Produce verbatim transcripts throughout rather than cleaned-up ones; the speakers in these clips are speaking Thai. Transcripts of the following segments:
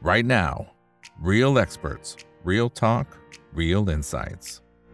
right now. Real experts, real talk, real insights.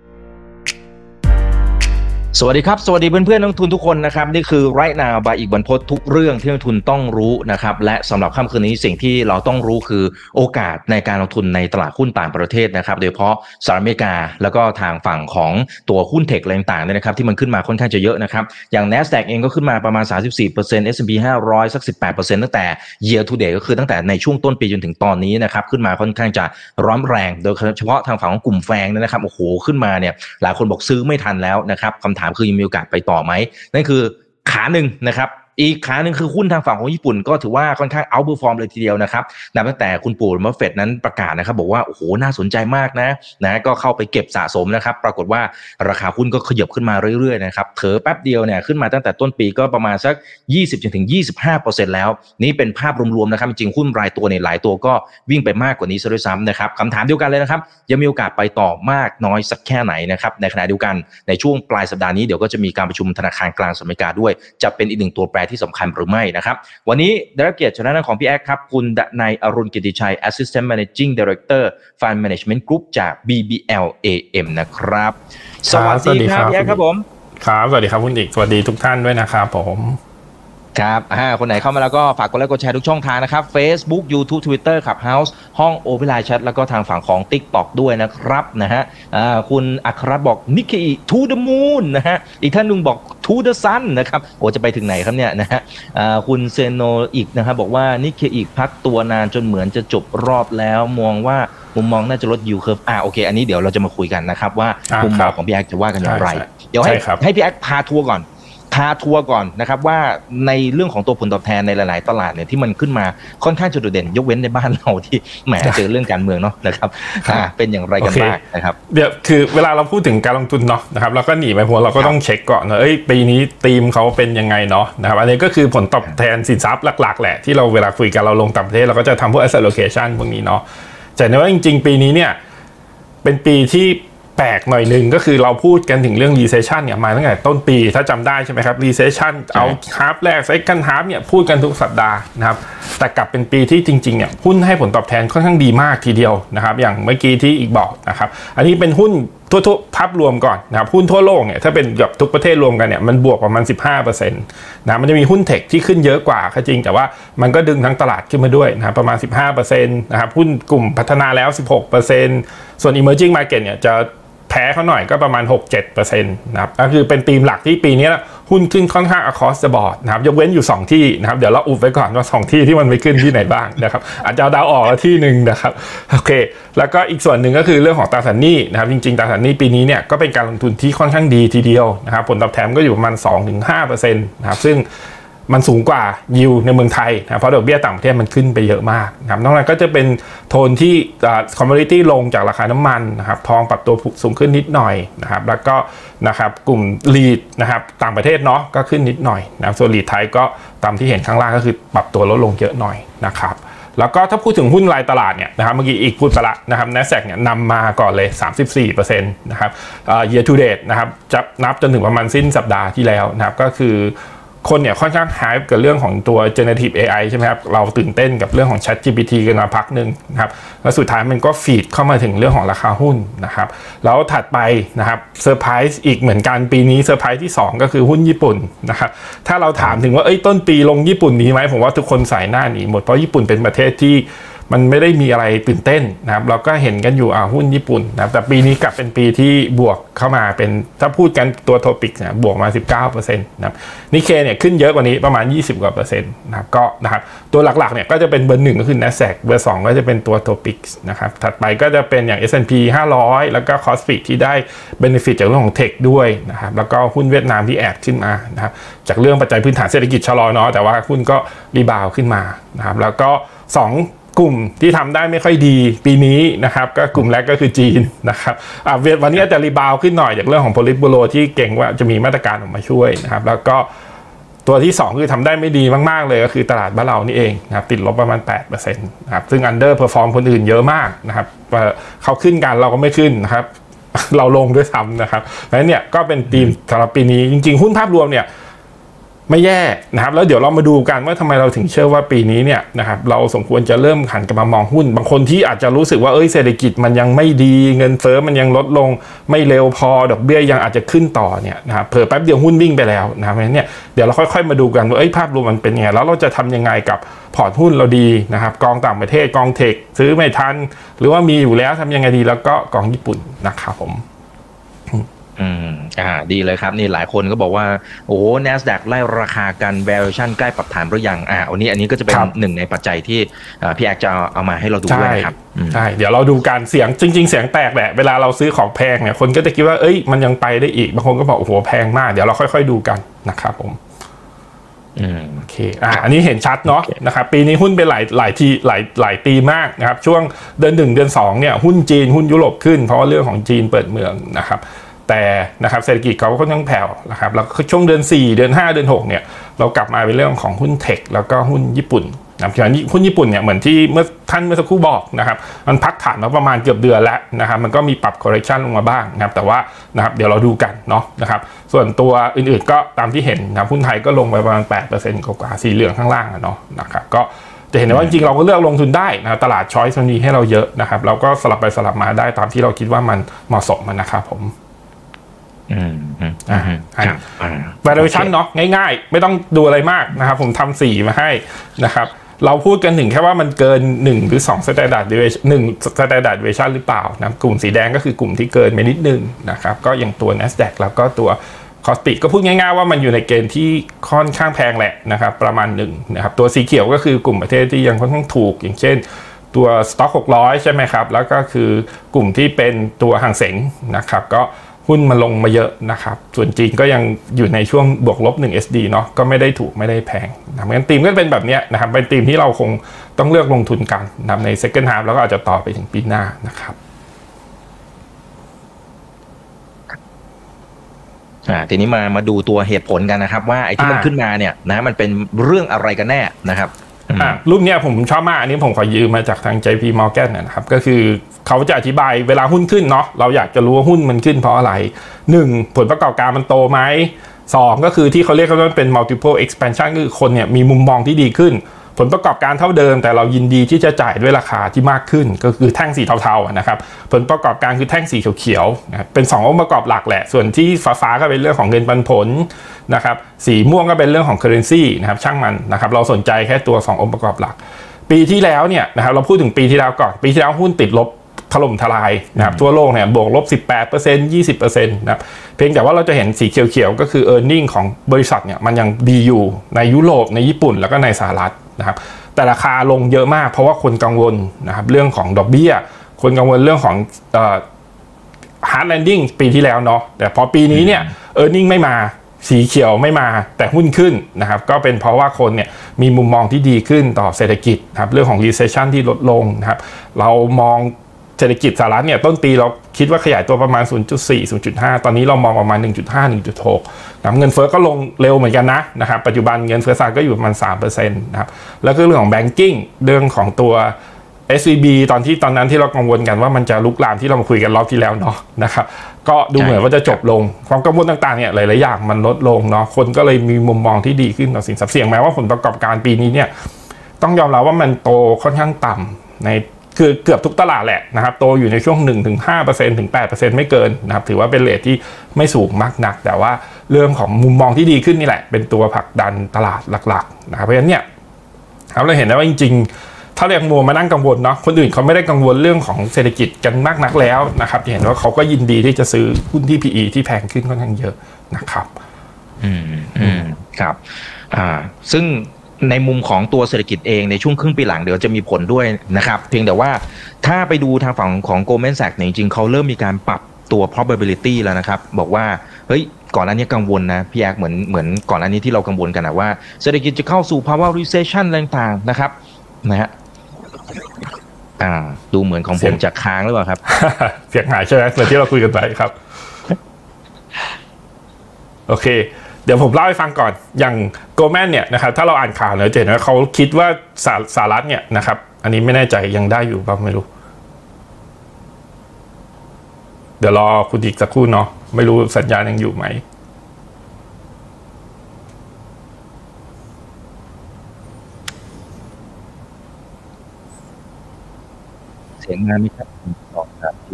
สวัสดีครับสวัสดีเพื่อนๆนักลงทุนทุกคนนะครับนี่คือ Right Now บายอีกบรรพตทุกเรื่องที่นักลงทุนต้องรู้นะครับและสำหรับค่ำคืนนี้สิ่งที่เราต้องรู้คือโอกาสในการลงทุนในตลาดหุ้นต่างประเทศนะครับโดยเฉพาะสหรัฐอเมริกาแล้วก็ทางฝั่งของตัวหุ้นเทคอะไรต่างๆเนี่ยนะครับที่มันขึ้นมาค่อนข้างจะเยอะนะครับอย่าง NASDAQ เองก็ขึ้นมาประมาณ สามสิบสี่เปอร์เซ็นต์ เอส แอนด์ พี ห้าร้อยสัก สิบแปดเปอร์เซ็นต์ ตั้งแต่ year to date ก็คือตั้งแต่ในช่วงต้นปีจนถึงตอนนี้นะครับขึ้นมาค่อนข้างจะร้อนแรงโดยเฉพาะทางฝั่งของกลุ่มแฟงเนี่ยนะครับโอ้โหขึ้นมาเนี่ยหลายคนบอกซื้อไม่ทันแล้วนะครับคำถามคือยังมีโอกาสไปต่อไหมนั่นคือขาหนึ่งนะครับอีกขาหนึ่งคือหุ้นทางฝั่งของญี่ปุ่นก็ถือว่าค่อนข้าง outperform เลยทีเดียวนะครับนับตั้งแต่คุณปู่มัฟเฟตนั้นประกาศนะครับบอกว่าโอ้โหน่าสนใจมากนะนะก็เข้าไปเก็บสะสมนะครับปรากฏว่าราคาหุ้นก็ขยับขึ้นมาเรื่อยๆนะครับเผลอแป๊บเดียวเนี่ยขึ้นมาตั้งแต่ต้นปีก็ประมาณสัก ยี่สิบถึงยี่สิบห้าเปอร์เซ็นต์ แล้วนี่เป็นภาพรวมๆนะครับจริงๆหุ้นรายตัวเนี่ยหลายตัวก็วิ่งไปมากกว่านี้ซะด้วยซ้ำนะครับคำถามเดียวกันเลยนะครับยังมีโอกาสไปต่อมากน้อยสักแค่ไหนนะครับในขณะเดียวกันในช่วงปลายสัปดาห์นี้เดี๋ยวก็จะมีการประชุมธนาคารกลางสหรัฐอเมริกาด้วยจะเป็นอีกหนึ่งตัวแปรที่สำคัญหรือไม่นะครับวันนี้ได้รับเกียรติจากด้านของพี่แอ๊กครับคุณดนัยอรุณกิติชัย Assistant Managing Director Fund Management Group จาก บี บี แอล เอ เอ็ม นะครับสวัสดีครับพี่แอ๊กครับผมครับสวัสดีครับคุณอีกสวัสดีทุกท่านด้วยนะครับผมครับอ่าคนไหนเข้ามาแล้วก็ฝากกดไลค์กดแชร์ทุกช่องทางนะครับ Facebook YouTube Twitter Clubhouse ห้อง Open Line Chat แล้วก็ทางฝั่งของ TikTok ด้วยนะครับนะฮะอ่าคุณอัครบอก Nikkei to the moon นะฮะอีกท่านนึงบอก to the sun นะครับโอ้จะไปถึงไหนครับเนี่ยนะฮะอ่าคุณเซโนอีกนะครับบอกว่า Nikkei พักตัวนานจนเหมือนจะจบรอบแล้วมองว่ามุมมองน่าจะลด yield curve อ่าโอเคอันนี้เดี๋ยวเราจะมาคุยกันนะครับว่ามุมมองของพี่แอ๊กจะว่ากันอย่างไรเดี๋ยวให้ให้พี่แอ๊กพาทัวร์ก่อนพาทัวร์ก่อนนะครับว่าในเรื่องของตัวผลตอบแทนในหลายๆตลาดเนี่ยที่มันขึ้นมาค่อนข้างจะโดดเด่นยกเว้นในบ้านเราที่แหมเจอเรื่องการเมืองเนาะนะครับเป็นอย่างไรกันบ้างนะครับเดี๋ยวคือเวลาเราพูดถึงการลงทุนเนาะนะครับเราก็หนีไปเพราะเราก็ต้องเช็คก่อนเอ้ยปีนี้ธีมเขาเป็นยังไงเนาะนะครับอันนี้ก็คือผลตอบแทนสินทรัพย์หลักๆแหละที่เราเวลาคุยกันเราลงต่างประเทศเราก็จะทำพวก asset allocation พวกนี้เนาะแต่ในว่าจริงๆปีนี้เนี่ยเป็นปีที่แปลกหน่อยนึงก็คือเราพูดกันถึงเรื่อง recession เนี่ยมาตั้งแต่ต้นปีถ้าจำได้ใช่ไหมครับ recession เอาฮาล์ฟแรก second half เนี่ยพูดกันทุกสัปดาห์นะครับแต่กลับเป็นปีที่จริงๆเนี่ยหุ้นให้ผลตอบแทนค่อนข้างดีมากทีเดียวนะครับอย่างเมื่อกี้ที่อีกบอกนะครับอันนี้เป็นหุ้นทั่วๆภาพรวมก่อนนะครับหุ้นทั่วโลกเนี่ยถ้าเป็นแบบทุกประเทศรวมกันเนี่ยมันบวกประมาณ สิบห้าเปอร์เซ็นต์ นะมันจะมีหุ้นเทคที่ขึ้นเยอะกว่าก็จริงแต่ว่ามันก็ดึงทั้งตลาดขึ้นมาด้วยนะครับประมาณ สิบห้าเปอร์เซ็นต์ นะครับหุ้นกลุ่มพัฒนาแล้ว สิบหกเปอร์เซ็นต์ ส่วน emerging market เนี่ยจะแพ้เขาหน่อยก็ประมาณ หกถึงเจ็ดเปอร์เซ็นต์ นะครับก็คือเป็นธีมหลักที่ปีนี้หุ้นขึ้นค่อนข้าง across the board นะครับยกเว้นอยู่สองที่นะครับเดี๋ยวเราอุบไว้ก่อนว่าสองที่ที่มันไม่ขึ้นที่ไหนบ้างนะครับอาจจะเอาดาวออกที่นึงนะครับโอเคแล้วก็อีกส่วนหนึ่งก็คือเรื่องของตราสารหนี้นะครับจริงๆตราสารหนี้ปีนี้เนี่ยก็เป็นการลงทุนที่ค่อนข้างดีทีเดียวนะครับผลตอบแทนก็อยู่ประมาณ สองถึงห้าเปอร์เซ็นต์ นะครับซึ่งมันสูงกว่ายิวในเมืองไทยนะเพราะดอกเบี้ยต่างประเทศมันขึ้นไปเยอะมากนะครับนอกนั้นก็จะเป็นโทนที่คอมมูนิตี้ลงจากราคาน้ำมันนะครับทองปรับตัวสูงขึ้นนิดหน่อยนะครับแล้วก็นะครับกลุ่มลีดนะครับต่างประเทศเนาะก็ขึ้นนิดหน่อยนะครับส่วนลีดไทยก็ตามที่เห็นข้างล่างก็คือปรับตัวลดลงเยอะหน่อยนะครับแล้วก็ถ้าพูดถึงหุ้นรายตลาดเนี่ยนะครับเมื่อกี้อีกพูดไปละนะครับ NASDAQ เนี่ยนำมาก่อนเลย สามสิบสี่เปอร์เซ็นต์ นะครับเอ่อ year to date นะครับจะนับจนถึงประมาณสิ้นสัปดาห์ที่แล้วนะครับก็คือคนเนี่ยค่อนข้างไฮป์กับเรื่องของตัว generative เอ ไอ ใช่ไหมครับเราตื่นเต้นกับเรื่องของ ChatGPT กันมาพักหนึ่งนะครับแล้วสุดท้ายมันก็ฟีดเข้ามาถึงเรื่องของราคาหุ้นนะครับแล้วถัดไปนะครับเซอร์ไพรส์อีกเหมือนกันปีนี้เซอร์ไพรส์ที่สองก็คือหุ้นญี่ปุ่นนะครับถ้าเราถามถึงว่าเอ้ยต้นปีลงญี่ปุ่นดีไหมผมว่าทุกคนใส่หน้าหนีหมดเพราะญี่ปุ่นเป็นประเทศที่มันไม่ได้มีอะไรตื่นเต้นนะครับเราก็เห็นกันอยู่อ่าหุ้นญี่ปุ่นนะครับแต่ปีนี้กลับเป็นปีที่บวกเข้ามาเป็นถ้าพูดกันตัวโทปิกเนี่ยบวกมา สิบเก้าเปอร์เซ็นต์ นะครับนิเคเนี่ยขึ้นเยอะกว่านี้ประมาณยี่สิบกว่าเปอร์เซ็นต์นะครับก็นะครับตัวหลักๆเนี่ยก็จะเป็นเบอร์หนึ่งก็คือ NASDAQ เบอร์สองก็จะเป็นตัวโทปิกนะครับถัดไปก็จะเป็นอย่าง เอส แอนด์ พี ห้าร้อยแล้วก็ Kospi ที่ได้ benefit จากเรื่องของเทคด้วยนะครับแล้วก็หุ้นเวียดนามที่แอดขึ้นมานะครับจากเรื่องปัจจัยพื้นฐานเศรษฐกิจชะลอเนาะแต่ว่าหุ้นก็รีบาวขึ้นมานะครับแล้วก็สองกลุ่มที่ทำได้ไม่ค่อยดีปีนี้นะครับก็กลุ่มแรกก็คือจีนนะครับอ่าวันนี้อาจจะรีบาวขึ้นหน่อยจากเรื่องของโพลิตบูโรที่เก่งว่าจะมีมาตรการออกมาช่วยนะครับแล้วก็ตัวที่สองคือทำได้ไม่ดีมากๆเลยก็คือตลาดบ้านเรานี่เองนะครับติดลบประมาณ แปดเปอร์เซ็นต์ นะครับซึ่ง under perform คนอื่นเยอะมากนะครับเขาขึ้นกันเราก็ไม่ขึ้นนะครับเราลงด้วยซ้ำนะครับเพราะฉะนั้นเนี่ยก็เป็นธีมสำหรับปีนี้จริงๆหุ้นภาพรวมเนี่ยไม่แย่นะครับแล้วเดี๋ยวเรามาดูกันว่าทำไมเราถึงเชื่อว่าปีนี้เนี่ยนะครับเราสมควรจะเริ่มหันกลับมามองหุ้นบางคนที่อาจจะรู้สึกว่าเอ้ยเศรษฐกิจมันยังไม่ดีเงินเฟ้อมันยังลดลงไม่เร็วพอดอกเบี้ยยังอาจจะขึ้นต่อเนี่ยนะครับเผลอแป๊บเดียวหุ้นวิ่งไปแล้วนะครับเพราะฉะนั้นเนี่ยเดี๋ยวเราค่อยๆมาดูกันว่าเอ้ยภาพรวมมันเป็นยังไงแล้วเราจะทำยังไงกับพอร์ตหุ้นเราดีนะครับกองต่างประเทศกองเทคซื้อไม่ทันหรือว่ามีอยู่แล้วทำยังไงดีแล้วก็กองญี่ปุ่นนะครับผมอืมอ่าดีเลยครับนี่หลายคนก็บอกว่าโอ้ NASDAQ ไล่ราคากัน valuation ใกล้ปรับฐานหรือยังอ่าอันนี้อันนี้ก็จะเป็นหนึ่งในปัจจัยที่พี่แอกจะเอามาให้เราดูด้วยนะครับใช่เดี๋ยวเราดูการเสียงจริงๆเสียงแตกแหละเวลาเราซื้อของแพงเนี่ยคนก็จะคิดว่าเอ้ยมันยังไปได้อีกบางคนก็บอกโอ้โหแพงมากเดี๋ยวเราค่อยๆดูกันนะครับผมอืมโอเคอ่าอันนี้เห็นชัดเนาะนะครับปีนี้หุ้นเป็นหลายหลายทีหลายหลายตีมากนะครับช่วงเดือนหนึ่งเดือนสองเนี่ยหุ้นจีนหุ้นยุโรปขึ้นเพราะว่าเรื่องของจีนเปิดเมืองนะครับแต่นะครับเศรษฐกิจเขาค่อนข้างแผ่วนะครับแล้วช่วงเดือนสี่เดือนห้าเดือนหกเนี่ยเรากลับมาเป็นเรื่องของหุ้นเทคแล้วก็หุ้นญี่ปุ่นนะครับอย่างนี้หุ้นญี่ปุ่นเนี่ยเหมือนที่เมื่อท่านเมื่อสักครู่บอกนะครับมันพักฐานมาประมาณเกือบเดือนแล้วนะครับมันก็มีปรับ correction ลงมาบ้างนะครับแต่ว่านะครับเดี๋ยวเราดูกันเนาะนะครับส่วนตัวอื่นๆก็ตามที่เห็นนะครับหุ้นไทยก็ลงไปประมาณ แปดเปอร์เซ็นต์ กว่าสีเหลืองข้างล่างเนาะนะครับก็จะเห็นได้ว่าจริงๆเราก็เลือกลงทุนได้นะตลาดช้อยส์มันมีให้เราเยอะนะครับเราก็สลับไปสลับมาได้ตามที่เราคิดว่ามันเหมาะสมนะครับผมอืมอ่า valuation เนาะง่ายๆไม่ต้องดูอะไรมากนะครับผมทำสี่มาให้นะครับเราพูดกันถึงแค่ว่ามันเกินหนึ่งหรือสอง standard deviation หนึ่ง standard deviation หรือเปล่านะกลุ่มสีแดงก็คือกลุ่มที่เกินไปนิดนึงนะครับก็อย่างตัว NASDAQ แล้วก็ตัว คอสปิก็พูดง่ายๆว่ามันอยู่ในเกณฑ์ที่ค่อนข้างแพงแหละนะครับประมาณหนึ่งนะครับตัวสีเขียวก็คือกลุ่มประเทศที่ยังค่อนข้างถูกอย่างเช่นตัวสต็อกหกร้อยใช่ไหมครับแล้วก็คือกลุ่มที่เป็นตัวห่างเส็งนะครับก็หุ้นมันลงมาเยอะนะครับส่วนจีนก็ยังอยู่ในช่วงบวกลบหนึ่ง เอส ดี เนาะก็ไม่ได้ถูกไม่ได้แพงนะงั้นธีมก็เป็นแบบนี้นะครับเป็นธีมที่เราคงต้องเลือกลงทุนกันนะใน second half แล้วก็อาจจะต่อไปถึงปีหน้านะครับอ่าทีนี้มามาดูตัวเหตุผลกันนะครับว่าไอ้ที่มันขึ้นมาเนี่ยนะมันเป็นเรื่องอะไรกันแน่นะครับอ่ารูปเนี้ยผมชอบมากอันนี้ผมขอยืมมาจากทาง เจ พี Morgan นะครับก็คือเขาจะอธิบายเวลาหุ้นขึ้นเนาะเราอยากจะรู้ว่าหุ้นมันขึ้นเพราะอะไรหนึ่งผลประกอบการมันโตไหมสองก็คือที่เขาเรียกว่าเป็น multiple expansion คือคนเนี่ยมีมุมมองที่ดีขึ้นผลประกอบการเท่าเดิมแต่เรายินดีที่จะจ่ายด้วยราคาที่มากขึ้นก็คือแท่งสีเทาๆนะครับผลประกอบการคือแท่งสีเขียวๆนะเป็นสององค์ประกอบหลักแหละส่วนที่ฟ้าๆก็เป็นเรื่องของเงินปันผลนะครับสีม่วงก็เป็นเรื่องของ currency นะครับช่างมันนะครับเราสนใจแค่ตัวสององค์ประกอบหลักปีที่แล้วเนี่ยนะครับเราพูดถึงปีที่แล้วก่อนปีที่แล้วหุ้นติดลบถล่มทลายนะครับทั่วโลกเนี่ยบวกลบ สิบแปดเปอร์เซ็นต์ ยี่สิบเปอร์เซ็นต์ นะครับเพียงแต่ว่าเราจะเห็นสีเขียวๆก็คือ earning ของบริษัทเนี่ยมันยังดีอยู่ในยุโรปในญี่ปุ่นแล้วก็ในสหรัฐนะครับแต่ราคาลงเยอะมากเพราะว่าคนกังวลนะครับเรื่องของดอกเบี้ยคนกังวลเรื่องของเอ่อ hard landing ปีที่แล้วเนาะแต่พอปีนี้เนี่ย earning ไม่มาสีเขียวไม่มาแต่หุ้นขึ้นนะครับก็เป็นเพราะว่าคนเนี่ยมีมุมมองที่ดีขึ้นต่อเศรษฐกิจนะครับเรื่องของ recession ที่ลดลงนะครับเรามองเศรษฐกิจสหรัฐเนี่ยต้นปีเราคิดว่าขยายตัวประมาณ ศูนย์จุดสี่ ศูนย์จุดห้า ตอนนี้เรามองประมาณ หนึ่งจุดห้า หนึ่งจุดหก นะเงินเฟ้อก็ลงเร็วเหมือนกันนะนะครับปัจจุบันเงินเฟ้อสหรัฐก็อยู่ประมาณ สามเปอร์เซ็นต์ นะครับแล้วก็เรื่องของ banking เรื่องของตัว เอส วี บี ตอนที่ตอนนั้นที่เรากังวลกันว่ามันจะลุกลามที่เรามาคุยกันรอบที่แล้วเนาะนะครับก็ดูเหมือนว่าจะจบลงความกังวลต่างๆเนี่ยหลายๆอย่างมันลดลงเนาะคนก็เลยมีมุมมองที่ดีขึ้นต่อสินทรัพย์เสี่ยงแม้ว่าผลประกอบการปีนี้เนี่ยต้องยอมรับว่ามันโตค่อนข้างต่ำในคือเกือบทุกตลาดแหละนะครับโตอยู่ในช่วง หนึ่งถึงห้าเปอร์เซ็นต์ ถึง แปดเปอร์เซ็นต์ ไม่เกินนะครับถือว่าเป็นเรทที่ไม่สูงมากนักแต่ว่าเรื่องของมุมมองที่ดีขึ้นนี่แหละเป็นตัวผลักดันตลาดหลักๆนะครับเพราะฉะนั้นเนี่ยเราเห็นได้ว่าจริงๆถ้าเรียกมัวมานั่งกังวลเนาะคนอื่นเขาไม่ได้กังวลเรื่องของเศรษฐกิจกันมากนักแล้วนะครับเห็นว่าเขาก็ยินดีที่จะซื้อหุ้นที่ พี อี ที่แพงขึ้นค่อนข้างเยอะนะครับอืมอืมครับอ่าซึ่งในมุมของตัวเศรษฐกิจเองในช่วงครึ่งปีหลังเดี๋ยวจะมีผลด้วยนะครับเพียงแต่ว่าถ้าไปดูทางฝั่งของ Goldman Sachs เนี่ยจริงๆเขาเริ่มมีการปรับตัว probability แล้วนะครับบอกว่าเฮ้ยก่อนหน้านี้กังวลนะพี่แอ๊กเหมือนเหมือนก่อนหน้านี้ที่เรากังวลกันนะว่าเศรษฐกิจจะเข้าสู่ภาวะ recession อะไรต่างๆนะครับนะฮะอ่าดูเหมือนของผมจะค้างหรือเปล่าครับเสียงหายใช่ไหมเหมือนที่เราคุยกันไปครับโอเคเดี๋ยวผมเล่าให้ฟังก่อนอย่างโกลแมนเนี่ยนะครับถ้าเราอ่านข่าวเนี่ยจะเห็นว่าเขาคิดว่าสหรัฐเนี่ยนะครับอันนี้ไม่แน่ใจยังได้อยู่ป่ะไม่รู้เดี๋ยวรอคุณอีกสักครู่เนาะไม่รู้สัญญาณยังอยู่ไหมเสียงมาไหมครับสองสามสี่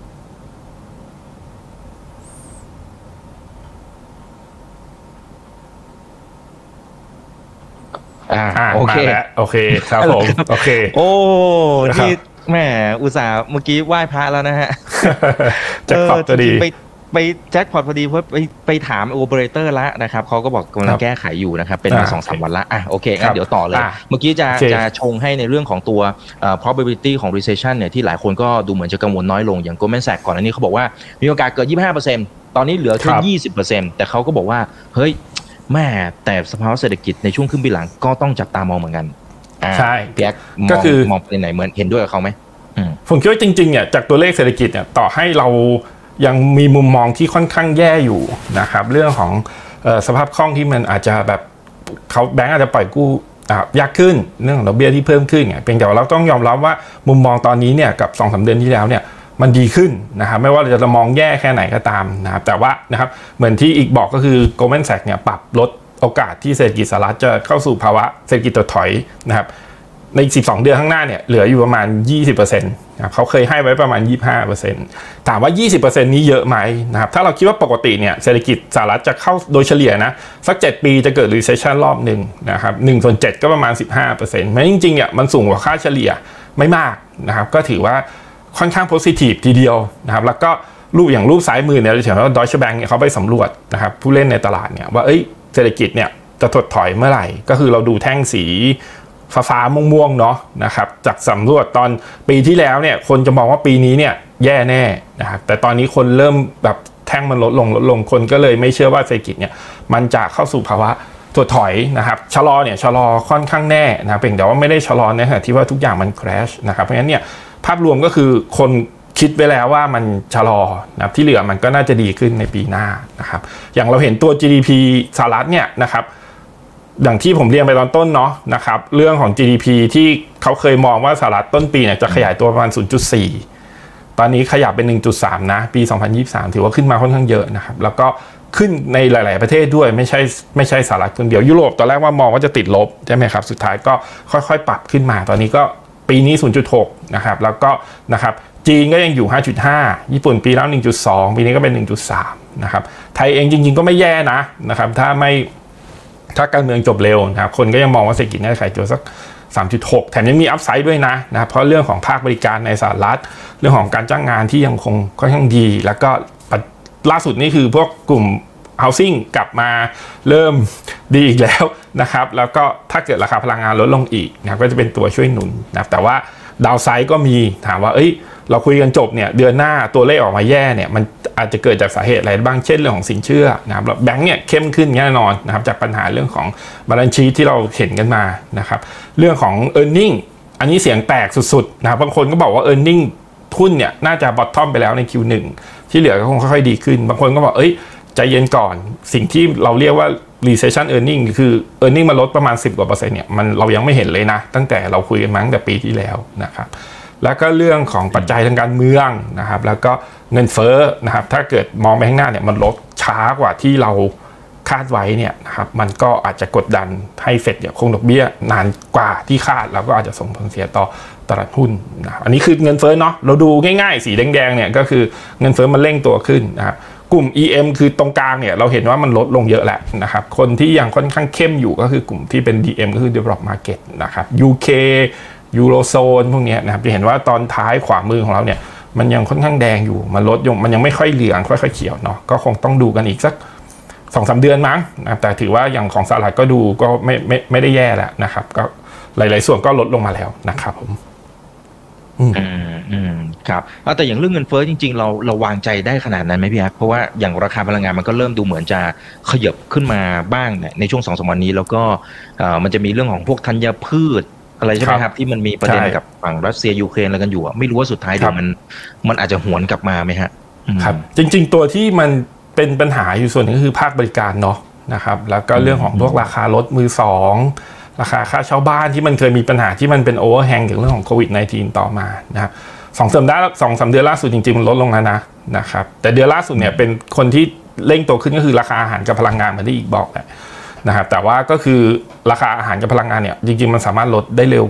อ่าโอเคโอเคครับผมโอเคโอ้นี่แม่อุตส่าห์เมื่อกี้ไหว้พระแล้วนะฮะแจ็คพอตพอดีไปไปแจ็คพอตพอดีเพื่อไปไปถามโอเปอเรเตอร์แล้วนะครับเขาก็บอกกำลังแก้ไขอยู่นะครับเป็นมา สองถึงสาม วันละอ่ะโอเคงั้นเดี๋ยวต่อเลยเมื่อกี้จะจะชงให้ในเรื่องของตัว probability ของ recession เนี่ยที่หลายคนก็ดูเหมือนจะกังวลน้อยลงอย่าง Goldman Sachs ก่อนอันนี้เขาบอกว่ามีโอกาสเกิด ยี่สิบห้าเปอร์เซ็นต์ ตอนนี้เหลือแค่ ยี่สิบเปอร์เซ็นต์ แต่เขาก็บอกว่าเฮ้ยแม่แต่สภาวะเศรษฐกิจในช่วงครึ่งปีหลังก็ต้องจับตามองเหมือนกันใช่แจ็คก็คือมองไปไหนเหมือนเห็นด้วยกับเขาไหมผมคิดว่าจริงๆเนี่ยจากตัวเลขเศรษฐกิจเนี่ยต่อให้เรายังมีมุมมองที่ค่อนข้างแย่อยู่นะครับเรื่องของเอ่อสภาพคล่องที่มันอาจจะแบบเขาแบงก์อาจจะปล่อยกู้ยากขึ้นเรื่องของดอกเบี้ยที่เพิ่มขึ้นเนี่ยเพียงแต่ว่าเราต้องยอมรับว่ามุมมองตอนนี้เนี่ยกับ สองถึงสาม เดือนที่แล้วเนี่ยมันดีขึ้นนะครับไม่ว่าเราจะมองแย่แค่ไหนก็ตามนะครับแต่ว่านะครับเหมือนที่อีกบอกก็คือ Goldman Sachs เนี่ยปรับลดโอกาสที่เศรษฐกิจสหรัฐจะเข้าสู่ภาวะเศรษฐกิจถดถอยนะครับในสิบสองเดือนข้างหน้าเนี่ยเหลืออยู่ประมาณ ยี่สิบเปอร์เซ็นต์ นะครับเขาเคยให้ไว้ประมาณ ยี่สิบห้าเปอร์เซ็นต์ ถามว่า ยี่สิบเปอร์เซ็นต์ นี้เยอะไหมนะครับถ้าเราคิดว่าปกติเนี่ยเศรษฐกิจสหรัฐจะเข้าโดยเฉลี่ยนะสักเจ็ดปีจะเกิด recession รอบหนึ่งนะครับหนึ่งส่วนเจ็ดก็ประมาณ สิบห้าเปอร์เซ็นต์ มันจริงๆเนี่ยมันสูงกว่าค่าเฉลี่ยไม่มากนะครับก็ถือว่าค่อนข้าง positive ทีเดียวนะครับแล้วก็รูปอย่างรูปซ้ายมือเนี่ยเราเห็นว่า Deutsche Bank เนี่ยเขาไปสำรวจนะครับผู้เล่นในตลาดเนี่ยว่าเอ้ยเศรษฐกิจเนี่ยจะถดถอยเมื่อไหร่ก็คือเราดูแท่งสีฟ้าๆม่วงๆเนาะนะครับจากสำรวจตอนปีที่แล้วเนี่ยคนจะมองว่าปีนี้เนี่ยแย่แน่นะครับแต่ตอนนี้คนเริ่มแบบแท่งมันลดลงลดลงคนก็เลยไม่เชื่อว่าเศรษฐกิจเนี่ยมันจะเข้าสู่ภาวะถดถอยนะครับชะลอเนี่ยชะลอค่อนข้างแน่นะครับเพียงแต่ว่าไม่ได้ชะลอในขณะที่ว่าทุกอย่างมัน crash นะครับเพราะฉะนั้นเนี่ยภาพรวมก็คือคนคิดไว้แล้วว่ามันชะลอนะครับที่เหลือมันก็น่าจะดีขึ้นในปีหน้านะครับอย่างเราเห็นตัว จี ดี พี สหรัฐเนี่ยนะครับอย่างที่ผมเรียนไปตอนต้นเนาะนะครับเรื่องของ จี ดี พี ที่เขาเคยมองว่าสหรัฐต้นปีเนี่ยจะขยายตัวประมาณ ศูนย์จุดสี่ ตอนนี้ขยับเป็น หนึ่งจุดสาม นะปีสองพันยี่สิบสามถือว่าขึ้นมาค่อนข้างเยอะนะครับแล้วก็ขึ้นในหลายๆประเทศด้วยไม่ใช่ไม่ใช่สหรัฐคนเดียวยุโรปตอนแรกว่ามองว่าจะติดลบใช่ไหมครับสุดท้ายก็ค่อยๆปรับขึ้นมาตอนนี้ก็ปีนี้ ศูนย์จุดหก นะครับแล้วก็นะครับจีนก็ยังอยู่ ห้าจุดห้า ญี่ปุ่นปีแล้ว หนึ่งจุดสอง ปีนี้ก็เป็น หนึ่งจุดสาม นะครับไทยเองจริงๆก็ไม่แย่นะนะครับถ้าไม่ถ้าการเมืองจบเร็วนะครับคนก็ยังมองว่าเศรษฐกิจน่าจะขยายตัวสัก สามจุดหก แถมยังมีอัพไซด์ด้วยนะนะเพราะเรื่องของภาคบริการในสหรัฐเรื่องของการจ้างงานที่ยังคงค่อนข้างดีแล้วก็ล่าสุดนี่คือพวกกลุ่ม housing กลับมาเริ่มดีอีกแล้วนะครับแล้วก็ถ้าเกิดราคาพลังงานลดลงอีกนะครับก็จะเป็นตัวช่วยหนุนนะแต่ว่าดาวไซด์ก็มีถามว่าเอ้ยเราคุยกันจบเนี่ยเดือนหน้าตัวเลขออกมาแย่เนี่ยมันอาจจะเกิดจากสาเหตุอะไรบ้างเช่นเรื่องของสินเชื่อนะครับแบงก์เนี่ยเข้มขึ้นแน่นอนนะครับจากปัญหาเรื่องของบาลานซ์ชีทที่เราเห็นกันมานะครับเรื่องของ earning อันนี้เสียงแตกสุดๆนะครับบางคนก็บอกว่า earning ทุนเนี่ยน่าจะ bottom ไปแล้วใน คิว หนึ่ง ที่เหลือก็คงค่อยๆดีขึ้นบางคนก็บอกเอ้ยใจเย็นก่อนสิ่งที่เราเรียกว่า recession earning คือ earning มันลดประมาณสิบกว่าเปอร์เซ็นต์เนี่ยมันเรายังไม่เห็นเลยนะตั้งแต่เราคุยกันมาตั้งแต่ปีที่แล้วนะครับแล้วก็เรื่องของปัจจัยทางการเมืองนะครับแล้วก็เงินเฟ้อนะครับถ้าเกิดมองไปข้างหน้าเนี่ยมันลดช้ากว่าที่เราคาดไว้เนี่ยนะครับมันก็อาจจะกดดันให้เฟดเนี่ยคงดอกเบี้ยนานกว่าที่คาดแล้วก็อาจจะส่งผลเสียต่อตลาดหุ้นนะอันนี้คือเงินเฟ้อเนาะเราดูง่ายๆสีแดงๆเนี่ยก็คือเงินเฟ้อมันเร่งตัวขึ้นนะครับกลุ่ม อี เอ็ม คือตรงกลางเนี่ยเราเห็นว่ามันลดลงเยอะแล้วนะครับคนที่ยังค่อนข้างเข้มอยู่ก็คือกลุ่มที่เป็น ดี เอ็ม ก็คือ Developed Market นะครับ ยู เค ยูโรโซนพวกนี้นะครับจะเห็นว่าตอนท้ายขวามือของเราเนี่ยมันยังค่อนข้างแดงอยู่มันลดยงมันยังไม่ค่อยเหลืองค่อยๆเขียวเนาะก็คงต้องดูกันอีกสัก สองสาม เดือนมั้งนะแต่ถือว่าอย่างของสหรัฐก็ดูก็ไม่ไม่ไม่ได้แย่แล้วนะครับก็หลายๆส่วนก็ลดลงมาแล้วนะครับผมอืมอืมครับแต่อย่างเรื่องเงินเฟ้อจริงๆเราเราวางใจได้ขนาดนั้นไหมพี่แอ๊บเพราะว่าอย่างราคาพลังงานมันก็เริ่มดูเหมือนจะขยับขึ้นมาบ้างในช่วง สองถึงสาม วันนี้แล้วก็เอ่อมันจะมีเรื่องของพวกธัญพืชอะไรใช่ไหมครับที่มันมีประเด็นกับฝั่งรัสเซียยูเครนอะไรกันอยู่ไม่รู้ว่าสุดท้ายเดี๋ยวมันมันอาจจะหวนกลับมาไหมฮะครับจริงๆตัวที่มันเป็นปัญหาอยู่ส่วนนึงก็คือภาคบริการเนาะนะครับแล้วก็เรื่องของพวกราคารถมือสองราคาค่าเช่าบ้านที่มันเคยมีปัญหาที่มันเป็นโอเวอร์แฮงจากเรื่องของโควิด สิบเก้า ต่อมานะครับสองสัปดาห์สองสามเดือนล่าสุดจริงๆมันลดลงแล้วนะนะครับแต่เดือนล่าสุดเนี่ยเป็นคนที่เร่งตัวขึ้นก็คือราคาอาหารกับพลังงานมาที่อีกบอกแหละนะครับแต่ว่าก็คือราคาอาหารกับพลังงานเนี่ยจริงๆมันสามารถลดได้เร็วกว่า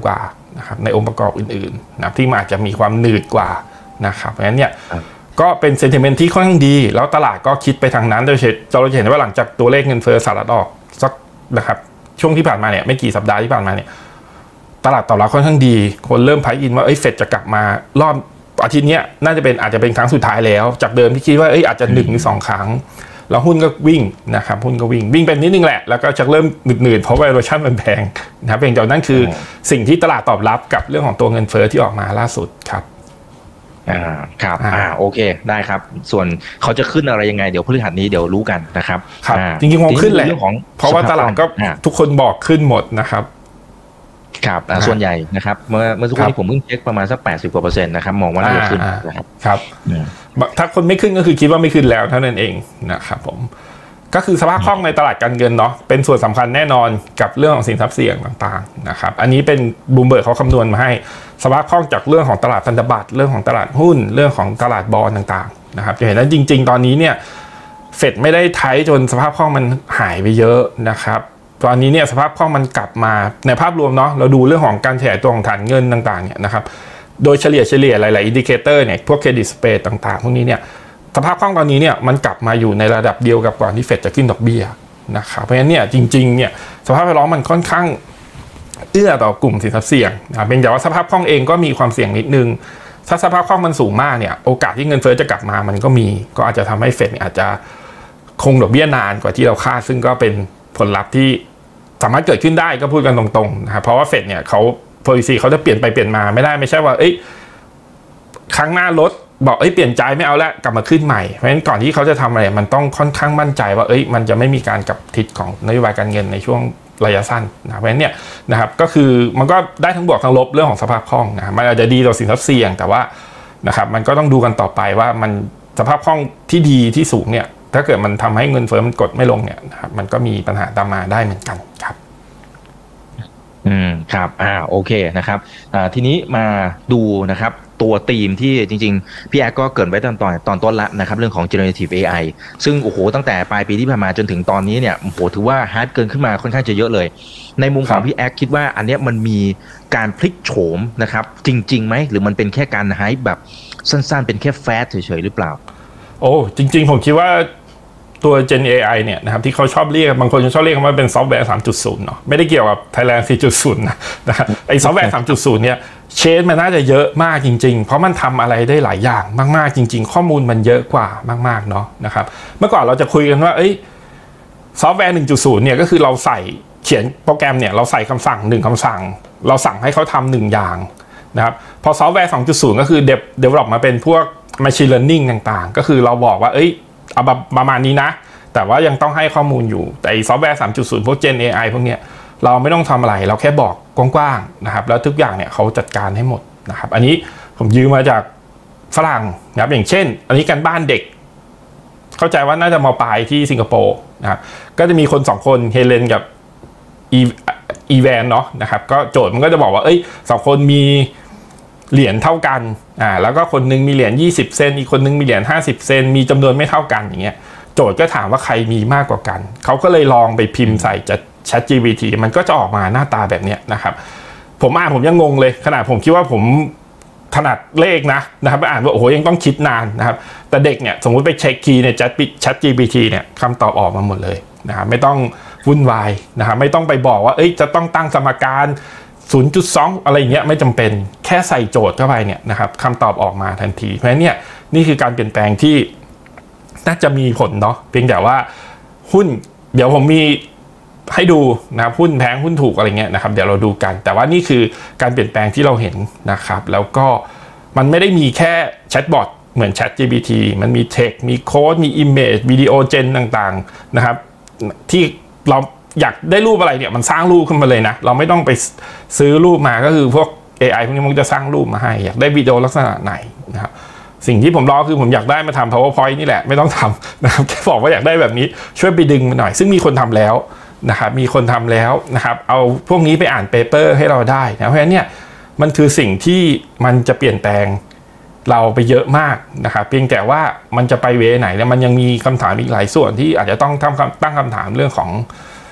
นะครับในองค์ประกอบอื่นๆนะที่มันอาจจะมีความหนืดกว่านะครับเพราะฉะนั้นเนี่ยก็เป็นเซนติเมนต์ที่ค่อนข้างดีแล้วตลาดก็คิดไปทางนั้นโดยเฉพาะเราจะเห็นว่าหลังจากตัวเลขเงินเฟ้อสหรัฐออกสักนะครับช่วงที่ผ่านมาเนี่ยไม่กี่สัปดาห์ที่ผ่านมาเนี่ยตลาดตอบรับค่อนข้างดีคนเริ่มไพร์อินว่าเอ้ยเฟดจะกลับมารอบอาทิตย์นี้น่าจะเป็นอาจจะเป็นครั้งสุดท้ายแล้วจากเดิมที่คิดว่าเอ้ยอาจจะหนึ่งหรือสองครั้งแล้วหุ้นก็วิ่งนะครับหุ้นก็วิ่งวิ่งเป็นนิดนึงแหละแล้วก็จะเริ่มหนืดๆเพราะ valuation มันแพงนะครับเพียงแต่นั่นคือสิ่งที่ตลาดตอบรับกับเรื่องของตัวเงินเฟ้อที่ออกมาล่าสุดครับอ่าครับอ่าโอเคได้ครับส่วนเขาจะขึ้นอะไรยังไงเดี๋ยวพฤหัสนี้เดี๋ยวรู้กันนะครับครับจริงๆคงขึ้นแหละเพราะว่าตลาดก็ทุกคนบอกขึ้นหมดนะครับครับส่วนใหญ่นะครับเมื่อเมื่อสักครู่นี้ผมเพิ่งเช็คประมาณสักแปดสิบกว่าเปอร์เซ็นต์นะครับมองว่าน่าจะขึ้นนะครับครับถ้าคนไม่ขึ้นก็คือคิดว่าไม่ขึ้นแล้วเท่านั้นเองนะครับผมก็คือสภาพคล่องในตลาดการเงินเนาะเป็นส่วนสำคัญแน่นอนกับเรื่องของสินทรัพย์เสี่ยงต่างๆนะครับอันนี้เป็นบูมเบิร์กเขาคำนวณมาให้สภาพคล่องจากเรื่องของตลาดพันธบัตรเรื่องของตลาดหุ้นเรื่องของตลาดบอนด์ต่างๆนะครับจะเห็นว่าจริงๆตอนนี้เนี่ยเฟดไม่ได้ไทจนสภาพคล่องมันหายไปเยอะนะครับตอนนี้เนี่ยสภาพคล่องมันกลับมาในภาพรวมเนาะเราดูเรื่องของการขยายตัวของฐานเงินต่างๆเนี่ยนะครับโดยเฉลี่ยเฉลี่ยหลายๆอินดิเคเตอร์เนี่ยพวกเครดิตสเปรดต่างๆพวกนี้เนี่ยสภาพคล่องตอนนี้เนี่ยมันกลับมาอยู่ในระดับเดียวกับก่อนที่เฟดจะขึ้นดอกเบี้ยนะครับเพราะฉะนั้นเนี่ยจริงๆเนี่ยสภาพแวดล้อมมันค่อนข้างเอื้อต่อกลุ่มสินทรัพย์เสี่ยงนะเป็นแต่ว่าสภาพคล่องเองก็มีความเสี่ยงนิดนึงถ้าสภาพคล่องมันสูงมากเนี่ยโอกาสที่เงินเฟ้อจะกลับมามันก็มีก็อาจจะทำให้เฟดอาจจะคงดอกเบี้ยนานกว่าที่เราคาดซึ่งก็เป็นผลลัพธ์ที่สามารถเกิดขึ้นได้ก็พูดกันตรงๆนะครับเพราะว่าเฟดเนี่ยเขา policy เขาจะเปลี่ยนไปเปลี่ยนมาไม่ได้ไม่ใช่ว่าเอ้ยครั้งหน้าลดบอกเอ้ยเปลี่ยนใจไม่เอาแล้วกลับมาขึ้นใหม่เพราะฉะนั้นก่อนที่เขาจะทำอะไรมันต้องค่อนข้างมั่นใจว่าเอ้ยมันจะไม่มีการกลับทิศของนโยบายการเงินในช่วงระยะสั้นนะเพราะฉะนั้นเนี่ยนะครับก็คือมันก็ได้ทั้งบวกทั้งลบเรื่องของสภาพคล่องนะมันอาจจะดีต่อสินทรัพย์เสี่ยงแต่ว่านะครับมันก็ต้องดูกันต่อไปว่ามันสภาพคล่องที่ดีที่สูงเนี่ยถ้าเกิดมันทำให้เงินเฟ้อมันกดไม่ลงเนี่ยนะครับมันก็มีปัญหาตามมาได้เหมือนกันครับอืมครับอ่าโอเคนะครับอ่าทีนี้มาดูนะครับตัวธีมที่จริงๆพี่แอ๊กก็เกริ่นไว้ตอนตอนตอนต้นละนะครับเรื่องของ generative เอ ไอ ซึ่งโอ้โหตั้งแต่ปลายปีที่ผ่านมาจนถึงตอนนี้เนี่ยโอ้โหถือว่าฮาร์ดเกินขึ้นมาค่อนข้างจะเยอะเลยในมุมของพี่แอ๊กคิดว่าอันเนี้ยมันมีการพลิกโฉมนะครับจริงๆไหมหรือมันเป็นแค่การไฮป์แบบสั้นๆเป็นแค่แฟชเฉยๆหรือเปล่าโอ้จริงๆผมคิดว่าตัว Gen เอ ไอ เนี่ยนะครับที่เขาชอบเรียกบางคนชอบเรียกว่าเป็นซอฟต์แวร์ สามจุดศูนย์ เนาะไม่ได้เกี่ยวกับ Thailand สี่จุดศูนย์ นะนะครับไอ้ซอฟต์แวร์ สามจุดศูนย์ เนี่ยเชนมันน่าจะเยอะมากจริงๆเพราะมันทำอะไรได้หลายอย่างมากๆจริงๆข้อมูลมันเยอะกว่ามากๆเนาะนะครับเมื่อก่อนเราจะคุยกันว่าเอ้ยซอฟต์แวร์ หนึ่งจุดศูนย์ เนี่ยก็คือเราใส่เขียนโปรแกรมเนี่ยเราใส่คำสั่งหนึ่งคำสั่งเราสั่งให้เขาทำหนึ่งอย่างนะครับพอซอฟต์แวร์ สองจุดศูนย์ ก็คือ develop มาเป็นพวก machine learning ต่างๆก็คือเราบอกว่าเอ้ยเอาประมาณนี้นะแต่ว่ายังต้องให้ข้อมูลอยู่แต่ซอฟต์แวร์ สามจุดศูนย์ พวก Gen เอ ไอ พวกเนี้ยเราไม่ต้องทำอะไรเราแค่บอกกว้างๆนะครับแล้วทุกอย่างเนี่ยเขาจัดการให้หมดนะครับอันนี้ผมยืมมาจากฝรั่งนะครับอย่างเช่นอันนี้การบ้านเด็กเข้าใจว่าน่าจะมาปลายที่สิงคโปร์นะครับก็จะมีคนสองคนเฮเลนกับอีอีแวนเนาะนะครับก็โจทย์มันก็จะบอกว่าเอ้ยสองคนมีเหรียญเท่ากันอ่าแล้วก็คนนึงมีเหรียญยี่สิบเซนอีกคนนึงมีเหรียญห้าสิบเซนมีจำนวนไม่เท่ากันอย่างเงี้ยโจทย์ก็ถามว่าใครมีมากกว่ากันเขาก็เลยลองไปพิมพ์ใส่ Chat จี พี ที มันก็จะออกมาหน้าตาแบบนี้นะครับผมอ่านผมยังงงเลยขนาดผมคิดว่าผมถนัดเลขนะนะครับไปอ่านว่าโอ้โหยังต้องคิดนานนะครับแต่เด็กเนี่ยสมมุติไปเช็คคีย์ใน Chat จี พี ที เนี่ยคำตอบออกมาหมดเลยนะครับไม่ต้องวุ่นวายนะครับไม่ต้องไปบอกว่าเอ้ยจะต้องตั้งสมการ ศูนย์จุดสอง อะไรอย่างเงี้ยไม่จำเป็นแค่ใส่โจทย์เข้าไปเนี่ยนะครับคำตอบออกมาทันทีเพราะฉะนั้นเนี่ยนี่คือการเปลี่ยนแปลงที่น่าจะมีผลเนาะเพียงแต่ว่าหุ้นเดี๋ยวผมมีให้ดูนะครับหุ้นแพงหุ้นถูกอะไรเงี้ยนะครับเดี๋ยวเราดูกันแต่ว่านี่คือการเปลี่ยนแปลงที่เราเห็นนะครับแล้วก็มันไม่ได้มีแค่แชทบอทเหมือน Chat จี พี ที มันมีเทคมีโค้ดมีอิมเมจวิดีโอเจนต่างๆนะครับที่เราอยากได้รูปอะไรเนี่ยมันสร้างรูปขึ้นมาเลยนะเราไม่ต้องไปซื้อรูปมาก็คือพวก เอ ไอ พวกนี้มันจะสร้างรูปมาให้อยากได้วิดีโอลักษณะไหนนะครับสิ่งที่ผมรอคือผมอยากได้มาทำ PowerPoint นี่แหละไม่ต้องทำนะครับแค่บอกว่าอยากได้แบบนี้ช่วยไปดึงมาหน่อยซึ่งมีคนทำแล้วนะครับมีคนทำแล้วนะครับเอาพวกนี้ไปอ่านเปเปอร์ให้เราได้นะเพราะฉะนั้นเนี่ยมันคือสิ่งที่มันจะเปลี่ยนแปลงเราไปเยอะมากนะครับเพียงแต่ว่ามันจะไปเวไหนแล้วมันยังมีคำถามอีกหลายส่วนที่อาจจะต้องทำตั้งคำถามเรื่องของ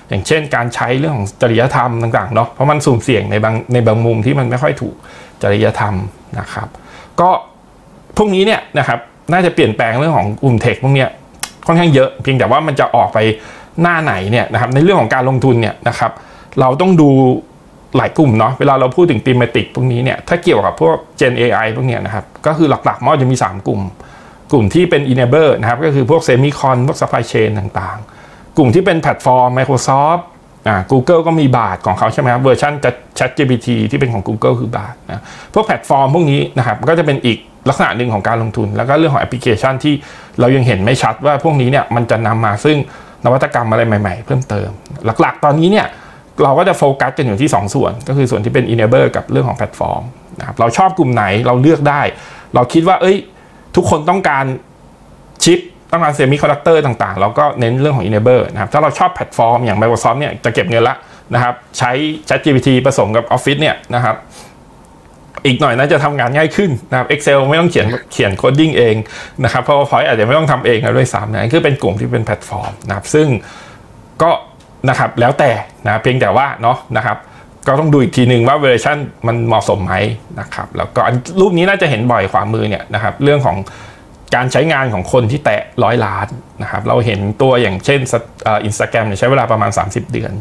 อย่างเช่นการใช้เรื่องของจริยธรรมต่างๆเนาะเพราะมันสุ่มเสี่ยงในบางในบางมุมที่มันไม่ค่อยถูกจริยธรรมนะครับก็พวกนี้เนี่ยนะครับน่าจะเปลี่ยนแปลงเรื่องของกลุ่มเทคพวกเนี้ยค่อนข้างเยอะเพียงแต่ว่ามันจะออกไปหน้าไหนเนี่ยนะครับในเรื่องของการลงทุนเนี่ยนะครับเราต้องดูหลายกลุ่มเนาะเวลาเราพูดถึง thematic พวกนี้เนี่ยถ้าเกี่ยวกับพวก Gen เอ ไอ พวกเนี้ยนะครับก็คือหลักๆมันจะมีสามกลุ่มกลุ่มที่เป็น enabler นะครับก็คือพวก semicon พวก supply chain ต่างๆกลุ่มที่เป็นแพลตฟอร์ม Microsoft อ่า Google ก็มีบาทของเขาใช่ไหมครับเวอร์ชัน ChatGPT ที่เป็นของ Google คือบาทนะพวกแพลตฟอร์มพวกนี้นะครับก็จะเป็นอีกลักษณะหนึ่งของการลงทุนแล้วก็เรื่องของแอปพลิเคชันที่เรายังเห็นไม่ชัดว่าพวกนี้เนี่ยมันจะนำมาซึ่งนวัตกรรมอะไรใหม่ๆเพิ่มเติมหลักๆตอนนี้เนี่ยเราก็จะโฟกัสกันอยู่ที่สองส่วนก็คือส่วนที่เป็น enabler กับเรื่องของแพลตฟอร์มนะครับเราชอบกลุ่มไหนเราเลือกได้เราคิดว่าเอ้ยทุกคนต้องการชิปต้องการเซมิคอนดักเตอร์ต่างๆเราก็เน้นเรื่องของ enabler นะครับถ้าเราชอบแพลตฟอร์มอย่าง Microsoft เนี่ยจะเก็บเงินละนะครับใช้ ChatGPT ผสมกับ Office เนี่ยนะครับอีกหน่อยน่าจะทำงานง่ายขึ้นนะครับ Excel ไม่ต้องเขียนเขียนโคดดิ้งเองนะครับ PowerPoint อาจจะไม่ต้องทำเองด้วยซ้ำนะคือเป็นกลุ่มที่เป็นแพลตฟอร์มนะครับซึ่งก็นะครับแล้วแต่นะเพียงแต่ว่าเนาะนะครับก็ต้องดูอีกทีนึงว่าเวอร์ชันมันเหมาะสมไหมนะครับแล้วก็รูปนี้น่าจะเห็นบ่อยขวามือเนี่ยนะครับเรื่องของการใช้งานของคนที่แตะร้อยล้านนะครับเราเห็นตัวอย่างเช่นอินสตาแกรมใช้เวลาประมาณสามสิบเดือน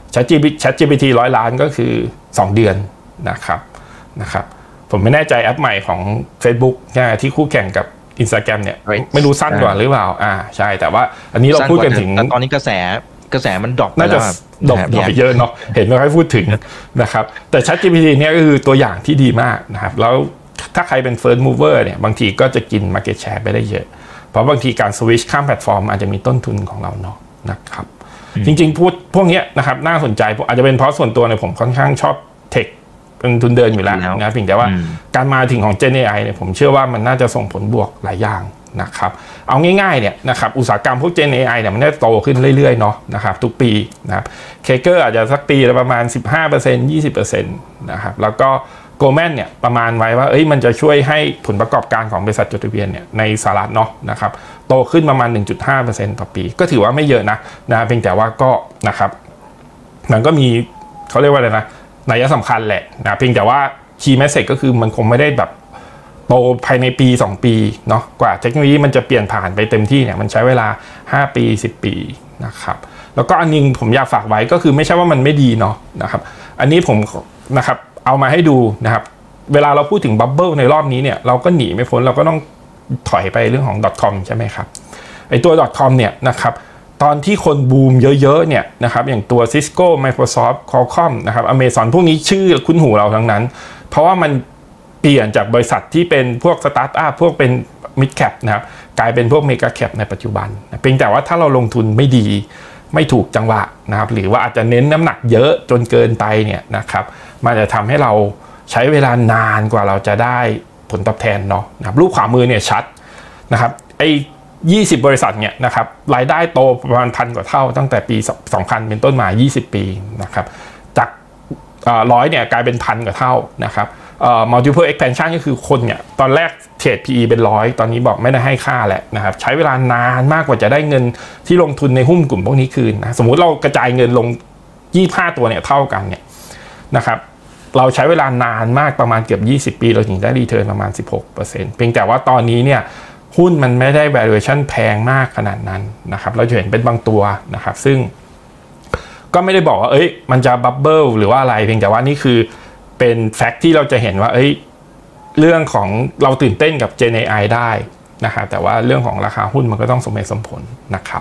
ChatGPT ร้อยล้านก็คือสองเดือนนะครับนะครับผมไม่แน่ใจแอปใหม่ของ Facebook ที่คู่แข่งกับ Instagram เนี่ยไม่รู้สั้นกว่าหรือเปล่าอ่าใช่แต่ว่าอันนี้เราพูดกันถึงตอนนี้กระแสกระแสมันดรอปน่าจะดรอปดรอปเยอะเนาะเห็นไม่ค่อยพูดถึงนะครับแต่ ChatGPT เนี่ยก็คือตัวอย่างที่ดีมากนะครับแล้วถ้าใครเป็น first mover เนี่ยบางทีก็จะกิน market share ไปได้เยอะเพราะบางทีการ switch ข้ามแพลตฟอร์มอาจจะมีต้นทุนของเราเนาะนะครับจริงๆพูดพวกนี้นะครับน่าสนใจอาจจะเป็นเพราะส่วนตัวเนี่ยผมค่อนข้างชอบเทคเป็นทุนเดินอยู่แล้วนะเพียงแต่ว่าการมาถึงของ Gen เอ ไอ เนี่ยผมเชื่อว่ามันน่าจะส่งผลบวกหลายอย่างนะครับเอาง่ายๆเนี่ยนะครับอุตสาหกรรมพวก Gen เอ ไอ เนี่ยมันจะโตขึ้นเรื่อยๆเนาะนะครับทุกปีนะครับเคเกอร์อาจจะสักปีละประมาณ สิบห้าเปอร์เซ็นต์ ยี่สิบเปอร์เซ็นต์ นะครับแล้วก็โกลแมนเนี่ยประมาณไว้ว่าเอ้ยมันจะช่วยให้ผลประกอบการของบริษัทจดทะเบียนเนี่ยในสหรัฐเนาะนะครับโตขึ้นประมาณ หนึ่งจุดห้าเปอร์เซ็นต์ ต่อปีก็ถือว่าไม่เยอะนะนะเพียงแต่ว่าก็นะครับมันก็มีเขาเรียกว่าอะไรนะนัยสำคัญแหละนะเพียงแต่ว่า key message ก็คือมันคงไม่ได้แบบโตภายในปีสองปีเนาะกว่าเทคโนโลยีมันจะเปลี่ยนผ่านไปเต็มที่เนี่ยมันใช้เวลาห้าปีสิบปีนะครับแล้วก็อันนึงผมอยากฝากไว้ก็คือไม่ใช่ว่ามันไม่ดีเนาะนะครับอันนี้ผมนะครับเอามาให้ดูนะครับเวลาเราพูดถึงบับเบิ้ลในรอบนี้เนี่ยเราก็หนีไม่พ้นเราก็ต้องถอยไปเรื่องของ .com ใช่ไหมครับไอตัว .com เนี่ยนะครับตอนที่คนบูมเยอะๆเนี่ยนะครับอย่างตัว Cisco Microsoft Qualcomm นะครับ Amazon พวกนี้ชื่อคุ้นหูเราทั้งนั้นเพราะว่ามันเปลี่ยนจากบริษัทที่เป็นพวกสตาร์ทอัพพวกเป็น mid cap นะครับกลายเป็นพวก mega cap ในปัจจุบันเพียงแต่ว่าถ้าเราลงทุนไม่ดีไม่ถูกจังหวะนะครับหรือว่าอาจจะเน้นน้ำหนักเยอะจนเกินไปเนี่ยนะครับมันจะทำให้เราใช้เวลานานกว่าเราจะได้ผลตอบแทนเนาะนะครับรูปขวามือเนี่ยชัดนะครับไอ้ยี่สิบบริษัทเนี่ยนะครับรายได้โตประมาณพันกว่าเท่าตั้งแต่ปีสองพันเป็นต้นมายี่สิบปีนะครับจากร้อยเนี่ยกลายเป็นพันกว่าเท่านะครับเอ่อ multiple expansion ก็คือคนเนี่ยตอนแรกเทรด พี อี เป็นร้อยตอนนี้บอกไม่ได้ให้ค่าแหละนะครับใช้เวลานานมากกว่าจะได้เงินที่ลงทุนในหุ้นกลุ่มพวกนี้คืนนะสมมุติเรากระจายเงินลงยี่สิบห้าตัวเนี่ยเท่ากันเนี่ยนะครับเราใช้เวลานานมากประมาณเกือบยี่สิบปีเราถึงได้รีเทิร์นประมาณ สิบหกเปอร์เซ็นต์ เพียงแต่ว่าตอนนี้เนี่ยหุ้นมันไม่ได้ valuation แพงมากขนาดนั้นนะครับเราจะเห็นเป็นบางตัวนะครับซึ่งก็ไม่ได้บอกว่าเอ้ยมันจะบับเบิ้ลหรือว่าอะไรเพียงแต่ว่านี่คือเป็นแฟกต์ที่เราจะเห็นว่าเอ้ยเรื่องของเราตื่นเต้นกับ Gen เอ ไอ ได้นะครับแต่ว่าเรื่องของราคาหุ้นมันก็ต้องสมเหตุสมผลนะครับ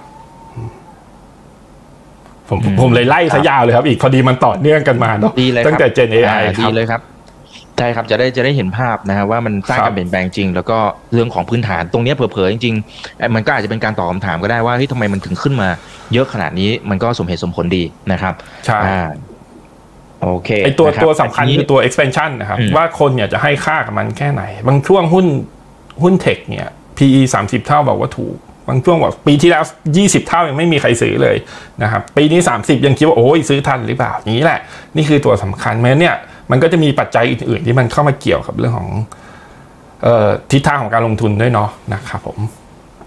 ผมผมเลยไล่ซะยาวเลยครับอีกพอดีมันต่อเนื่องกันมาเนาะตั้งแต่ Gen เอ ไอดีเลยครับใช่ครับจะได้จะได้เห็นภาพนะฮะว่ามันสร้างการเปลี่ยนแปลงจริงแล้วก็เรื่องของพื้นฐานตรงนี้เผลอๆจริงๆมันก็อาจจะเป็นการตอบคำถามก็ได้ว่าเฮ้ยทำไมมันถึงขึ้นมาเยอะขนาดนี้มันก็สมเหตุสมผลดีนะครับใช่โอเคไอตัวตัวสำคัญคือตัว expansion นะครับว่าคนเนี่ยจะให้ค่ากับมันแค่ไหนบางช่วงหุ้นหุ้นเทคเนี่ย พี อี สามสิบเท่าบอกว่าถูกบางช่วงบอกปีที่แล้วยี่สิบเท่ายังไม่มีใครซื้อเลยนะครับปีนี้สามสิบยังคิดว่าโอ้ยซื้อทันหรือเปล่าอย่างนี้แหละนี่คือตัวสำคัญแม้เนี่ยมันก็จะมีปัจจัยอื่นๆที่มันเข้ามาเกี่ยวกับเรื่องของเอ่อทิศทางของการลงทุนด้วยเนาะนะครับผม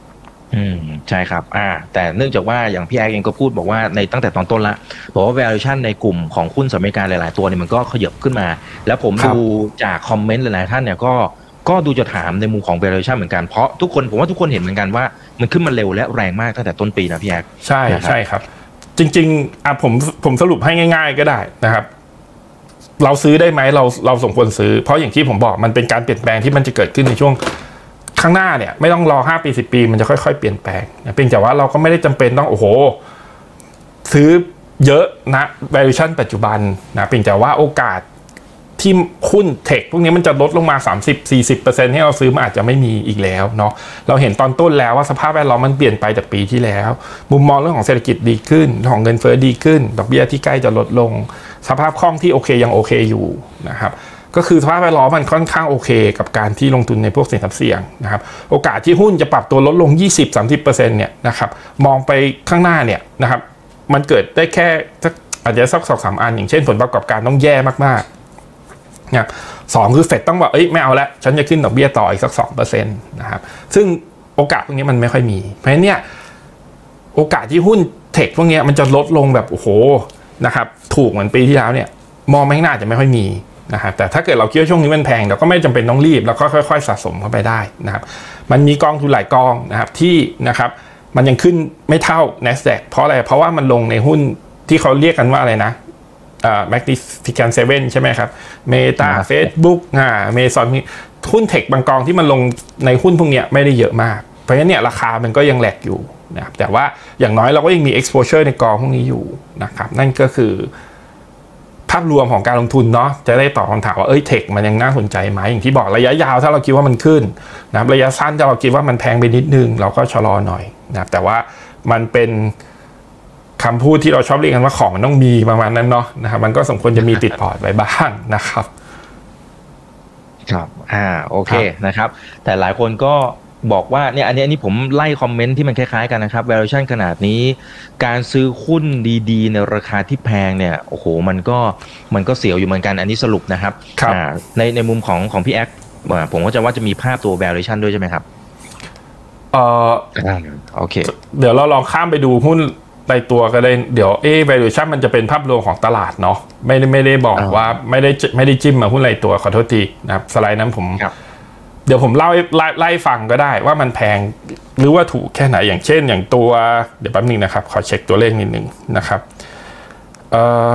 อืมใช่ครับอ่าแต่เนื่องจากว่าอย่างพี่แอ๊กเองก็พูดบอกว่าในตั้งแต่ตอนต้นละบอกว่า valuation ในกลุ่มของหุ้นสหรัฐอเมริกาหลายๆตัวเนี่ยมันก็ขยับขึ้นมาแล้วผมดูจากคอมเมนต์หลายๆท่านเนี่ยก็ก็ดูจะถามในมุมของ valuation เหมือนกันเพราะทุกคนผมว่าทุกคนเห็นเหมือนกันว่ามันขึ้นมาเร็วและแรงมากตั้งแต่ต้นปีนะพี่แอ๊กใช่ใช่ครับจริงๆอ่ะผมผมสรุปให้ง่ายๆก็ได้นะครับเราซื้อได้ไหมเราเราสมควรซื้อเพราะอย่างที่ผมบอกมันเป็นการเปลี่ยนแปลงที่มันจะเกิดขึ้นในช่วงข้างหน้าเนี่ยไม่ต้องรอห้าปีสิบปีมันจะค่อยๆเปลี่ยนแปลงเพียงแต่ว่าเราก็ไม่ได้จำเป็นต้องโอ้โหซื้อเยอะนะ valuation ปัจจุบันนะเพียงแต่ว่าโอกาสที่หุ้นเทคพวกนี้มันจะลดลงมา สามสิบถึงสี่สิบเปอร์เซ็นต์ ให้เราซื้อมันอาจจะไม่มีอีกแล้วเนาะเราเห็นตอนต้นแล้วว่าสภาพแวดล้อมมันเปลี่ยนไปจากปีที่แล้วมุมมองเรื่องของเศรษฐกิจดีขึ้นของเงินเฟ้อดีขึ้นดอกเบี้ยที่ใกล้จะลดลงสภาพคล่องที่โอเคยังโอเคอยู่นะครับก็คือสภาพแวดล้อมมันค่อนข้างโอเคกับการที่ลงทุนในพวกสินทรัพย์เสี่ยงนะครับโอกาสที่หุ้นจะปรับตัวลดลง ยี่สิบถึงสามสิบเปอร์เซ็นต์ เนี่ยนะครับมองไปข้างหน้าเนี่ยนะครับมันเกิดได้แค่อาจจะสัก สองสาม อันอย่างเช่นผลประกอบการต้องแย่มากๆนะครับสองคือเฟดต้องบอกเอ้ยไม่เอาละฉันจะขึ้นดอกเบี้ยต่ออีกสัก สองเปอร์เซ็นต์ นะครับซึ่งโอกาสพวกนี้มันไม่ค่อยมีเพราะฉะนั้นเนี่ยโอกาสที่หุ้นเทคพวกนี้มันจะลดลงแบบโอ้โหนะครับถูกเหมือนปีที่แล้วเนี่ยมองไปข้างหน้าจะไม่ค่อยมีนะครับแต่ถ้าเกิดเราคิดว่าช่วงนี้มันแพงเราก็ไม่จำเป็นต้องรีบแล้วก็ค่อยๆสะสมเข้าไปได้นะครับมันมีกองทุนหลายกองนะครับที่นะครับมันยังขึ้นไม่เท่า NASDAQ เพราะอะไรเพราะว่ามันลงในหุ้นที่เขาเรียกกันว่าอะไรนะอ่า Magnificent เซเว่น ใช่ไหมครับ Meta Facebook อ่า Amazon หุ้นเทคบางกองที่มันลงในหุ้นพวกนี้ไม่ได้เยอะมากเพราะฉะนั้นเนี่ยราคามันก็ยังแหลกอยู่นะครับแต่ว่าอย่างน้อยเราก็ยังมี exposure ในกองพวกนี้อยู่นะครับนั่นก็คือภาพรวมของการลงทุนเนาะจะได้ตอบคำถามว่าเอ้ยเทคมันยังน่าสนใจไหมอย่างที่บอกระยะยาวถ้าเราคิดว่ามันขึ้นนะครับระยะสั้นถ้าเราคิดว่ามันแพงไปนิดนึงเราก็ชะลอหน่อยนะครับแต่ว่ามันเป็นคำพูดที่เราชอบเรียกกันว่าของมันต้องมีประมาณนั้นเนาะนะครับมันก็สมควรจะมีติดพอร์ตไว้บ้างนะครับครับอ่าโอเคนะครับแต่หลายคนก็บอกว่าเนี่ยอันนี้อันนี้ผมไล่คอมเมนต์ที่มันคล้ายๆกันนะครับ valuation ขนาดนี้การซื้อหุ้นดีๆในราคาที่แพงเนี่ยโอ้โหมันก็มันก็เสียวอยู่เหมือนกันอันนี้สรุปนะครับครับในในมุมของของพี่แอ๊กผมก็จะว่าจะมีภาพตัว valuation ด้วยใช่ไหมครับเออโอเคเดี๋ยวเราลองข้ามไปดูหุ้นรายตัวก็ได้เดี๋ยวเอ valuation มันจะเป็นภาพรวมของตลาดเนาะไม่ได้ไม่ได้บอกว่าไม่ได้ไม่ได้จิ้มมาหุ้นรายตัวขอโทษทีนะครับสไลด์นั้นผมเดี๋ยวผมเล่าไล่ไล่ฟังก็ได้ว่ามันแพงหรือว่าถูกแค่ไหนอย่างเช่นอย่างตัวเดี๋ยวแป๊บนึงนะครับขอเช็คตัวเลขนิดนึงนะครับเอ่อ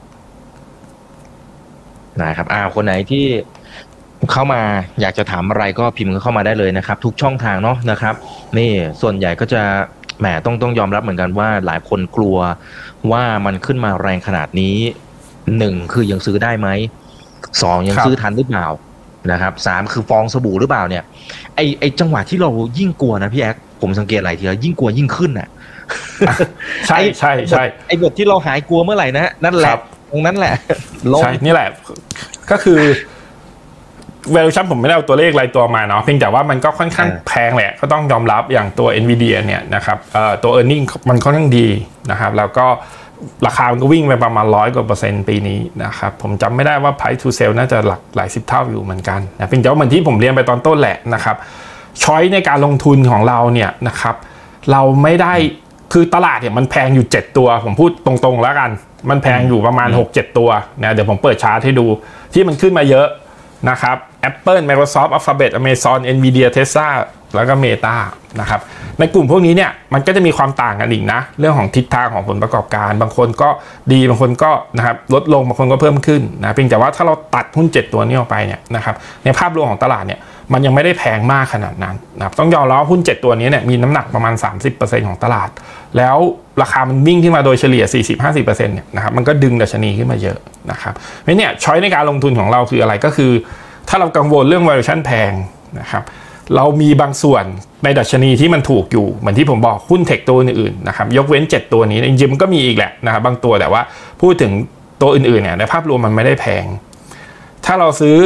นะครับอ่าคนไหนที่เข้ามาอยากจะถามอะไรก็พิมพ์เข้ามาได้เลยนะครับทุกช่องทางเนาะนะครับนี่ส่วนใหญ่ก็จะแหมต้องต้องยอมรับเหมือนกันว่าหลายคนกลัวว่ามันขึ้นมาแรงขนาดนี้หนึ่งคือยังซื้อได้ไหมสองยังซื้อทันหรือเปล่านะครับสามคือฟองสบู่หรือเปล่าเนี่ยไอไอจังหวะที่เรายิ่งกลัวนะพี่แอ๊กผมสังเกตหลายทีแล้วยิ่งกลัวยิ่งขึ้นอ่ะใช่ใช่ใช่ไอบทที่เราหายกลัวเมื่อไหร่นะนั่นแหละตรงนั้นแหละใช่นี่แหละก็คือ valuation ผมไม่ได้เอาตัวเลขรายตัวมาเนาะเพียงแต่ว่ามันก็ค่อนข้างแพงแหละก็ต้องยอมรับอย่างตัว Nvidia เนี่ยนะครับเอ่อตัว earning มันค่อนข้างดีนะครับแล้วก็ราคามันก็วิ่งไปประมาณร้อยกว่าเปอร์เซ็นต์ปีนี้นะครับผมจำไม่ได้ว่า price to sell น่าจะหลักหลายสิบเท่าอยู่เหมือนกันนะเพียงแต่ว่าเหมือนที่ผมเรียนไปตอนต้นแหละนะครับช้อยในการลงทุนของเราเนี่ยนะครับเราไม่ได้คือตลาดเนี่ยมันแพงอยู่เจ็ดตัวผมพูดตรงๆแล้วกันมันแพงอยู่ประมาณ หกเจ็ด ตัวนะเดี๋ยวผมเปิดชาร์ตให้ดูที่มันขึ้นมาเยอะนะครับ Apple Microsoft Alphabet Amazon Nvidia Tesla แล้วก็ Meta นะครับในกลุ่มพวกนี้เนี่ยมันก็จะมีความต่างกันอีกนะเรื่องของทิศทางของผลประกอบการบางคนก็ดีบางคนก็นะครับลดลงบางคนก็เพิ่มขึ้นนะเพียงแต่ว่าถ้าเราตัดหุ้นเจ็ดตัวนี้ออกไปเนี่ยนะครับในภาพรวมของตลาดเนี่ยมันยังไม่ได้แพงมากขนาดนั้นนะครับต้องยอมรับว่าหุ้นเจ็ดตัวนี้เนี่ยมีน้ำหนักประมาณ สามสิบเปอร์เซ็นต์ ของตลาดแล้วราคามันวิ่งขึ้นมาโดยเฉลี่ย สี่สิบถึงห้าสิบเปอร์เซ็นต์ เนี่ยนะครับมันก็ดึงดัชนีขึ้นมาเยอะนะครับเพราะเนี่ยช้อยในการลงทุนของเราคืออะไรก็คือถ้าเรากังวลเรื่อง valuation แพงนะครับเรามีบางส่วนในดัชนีที่มันถูกอยู่เหมือนที่ผมบอกหุ้นเทคตัวอื่นๆนะครับยกเว้นเจ็ดตัวนี้จริงๆมันก็มีอีกแหละนะครับบางตัวแต่ว่าพูดถึงตัวอื่นๆเนี่ยในภาพรวมมันไม่ได้แพงถ้าเราซื้อ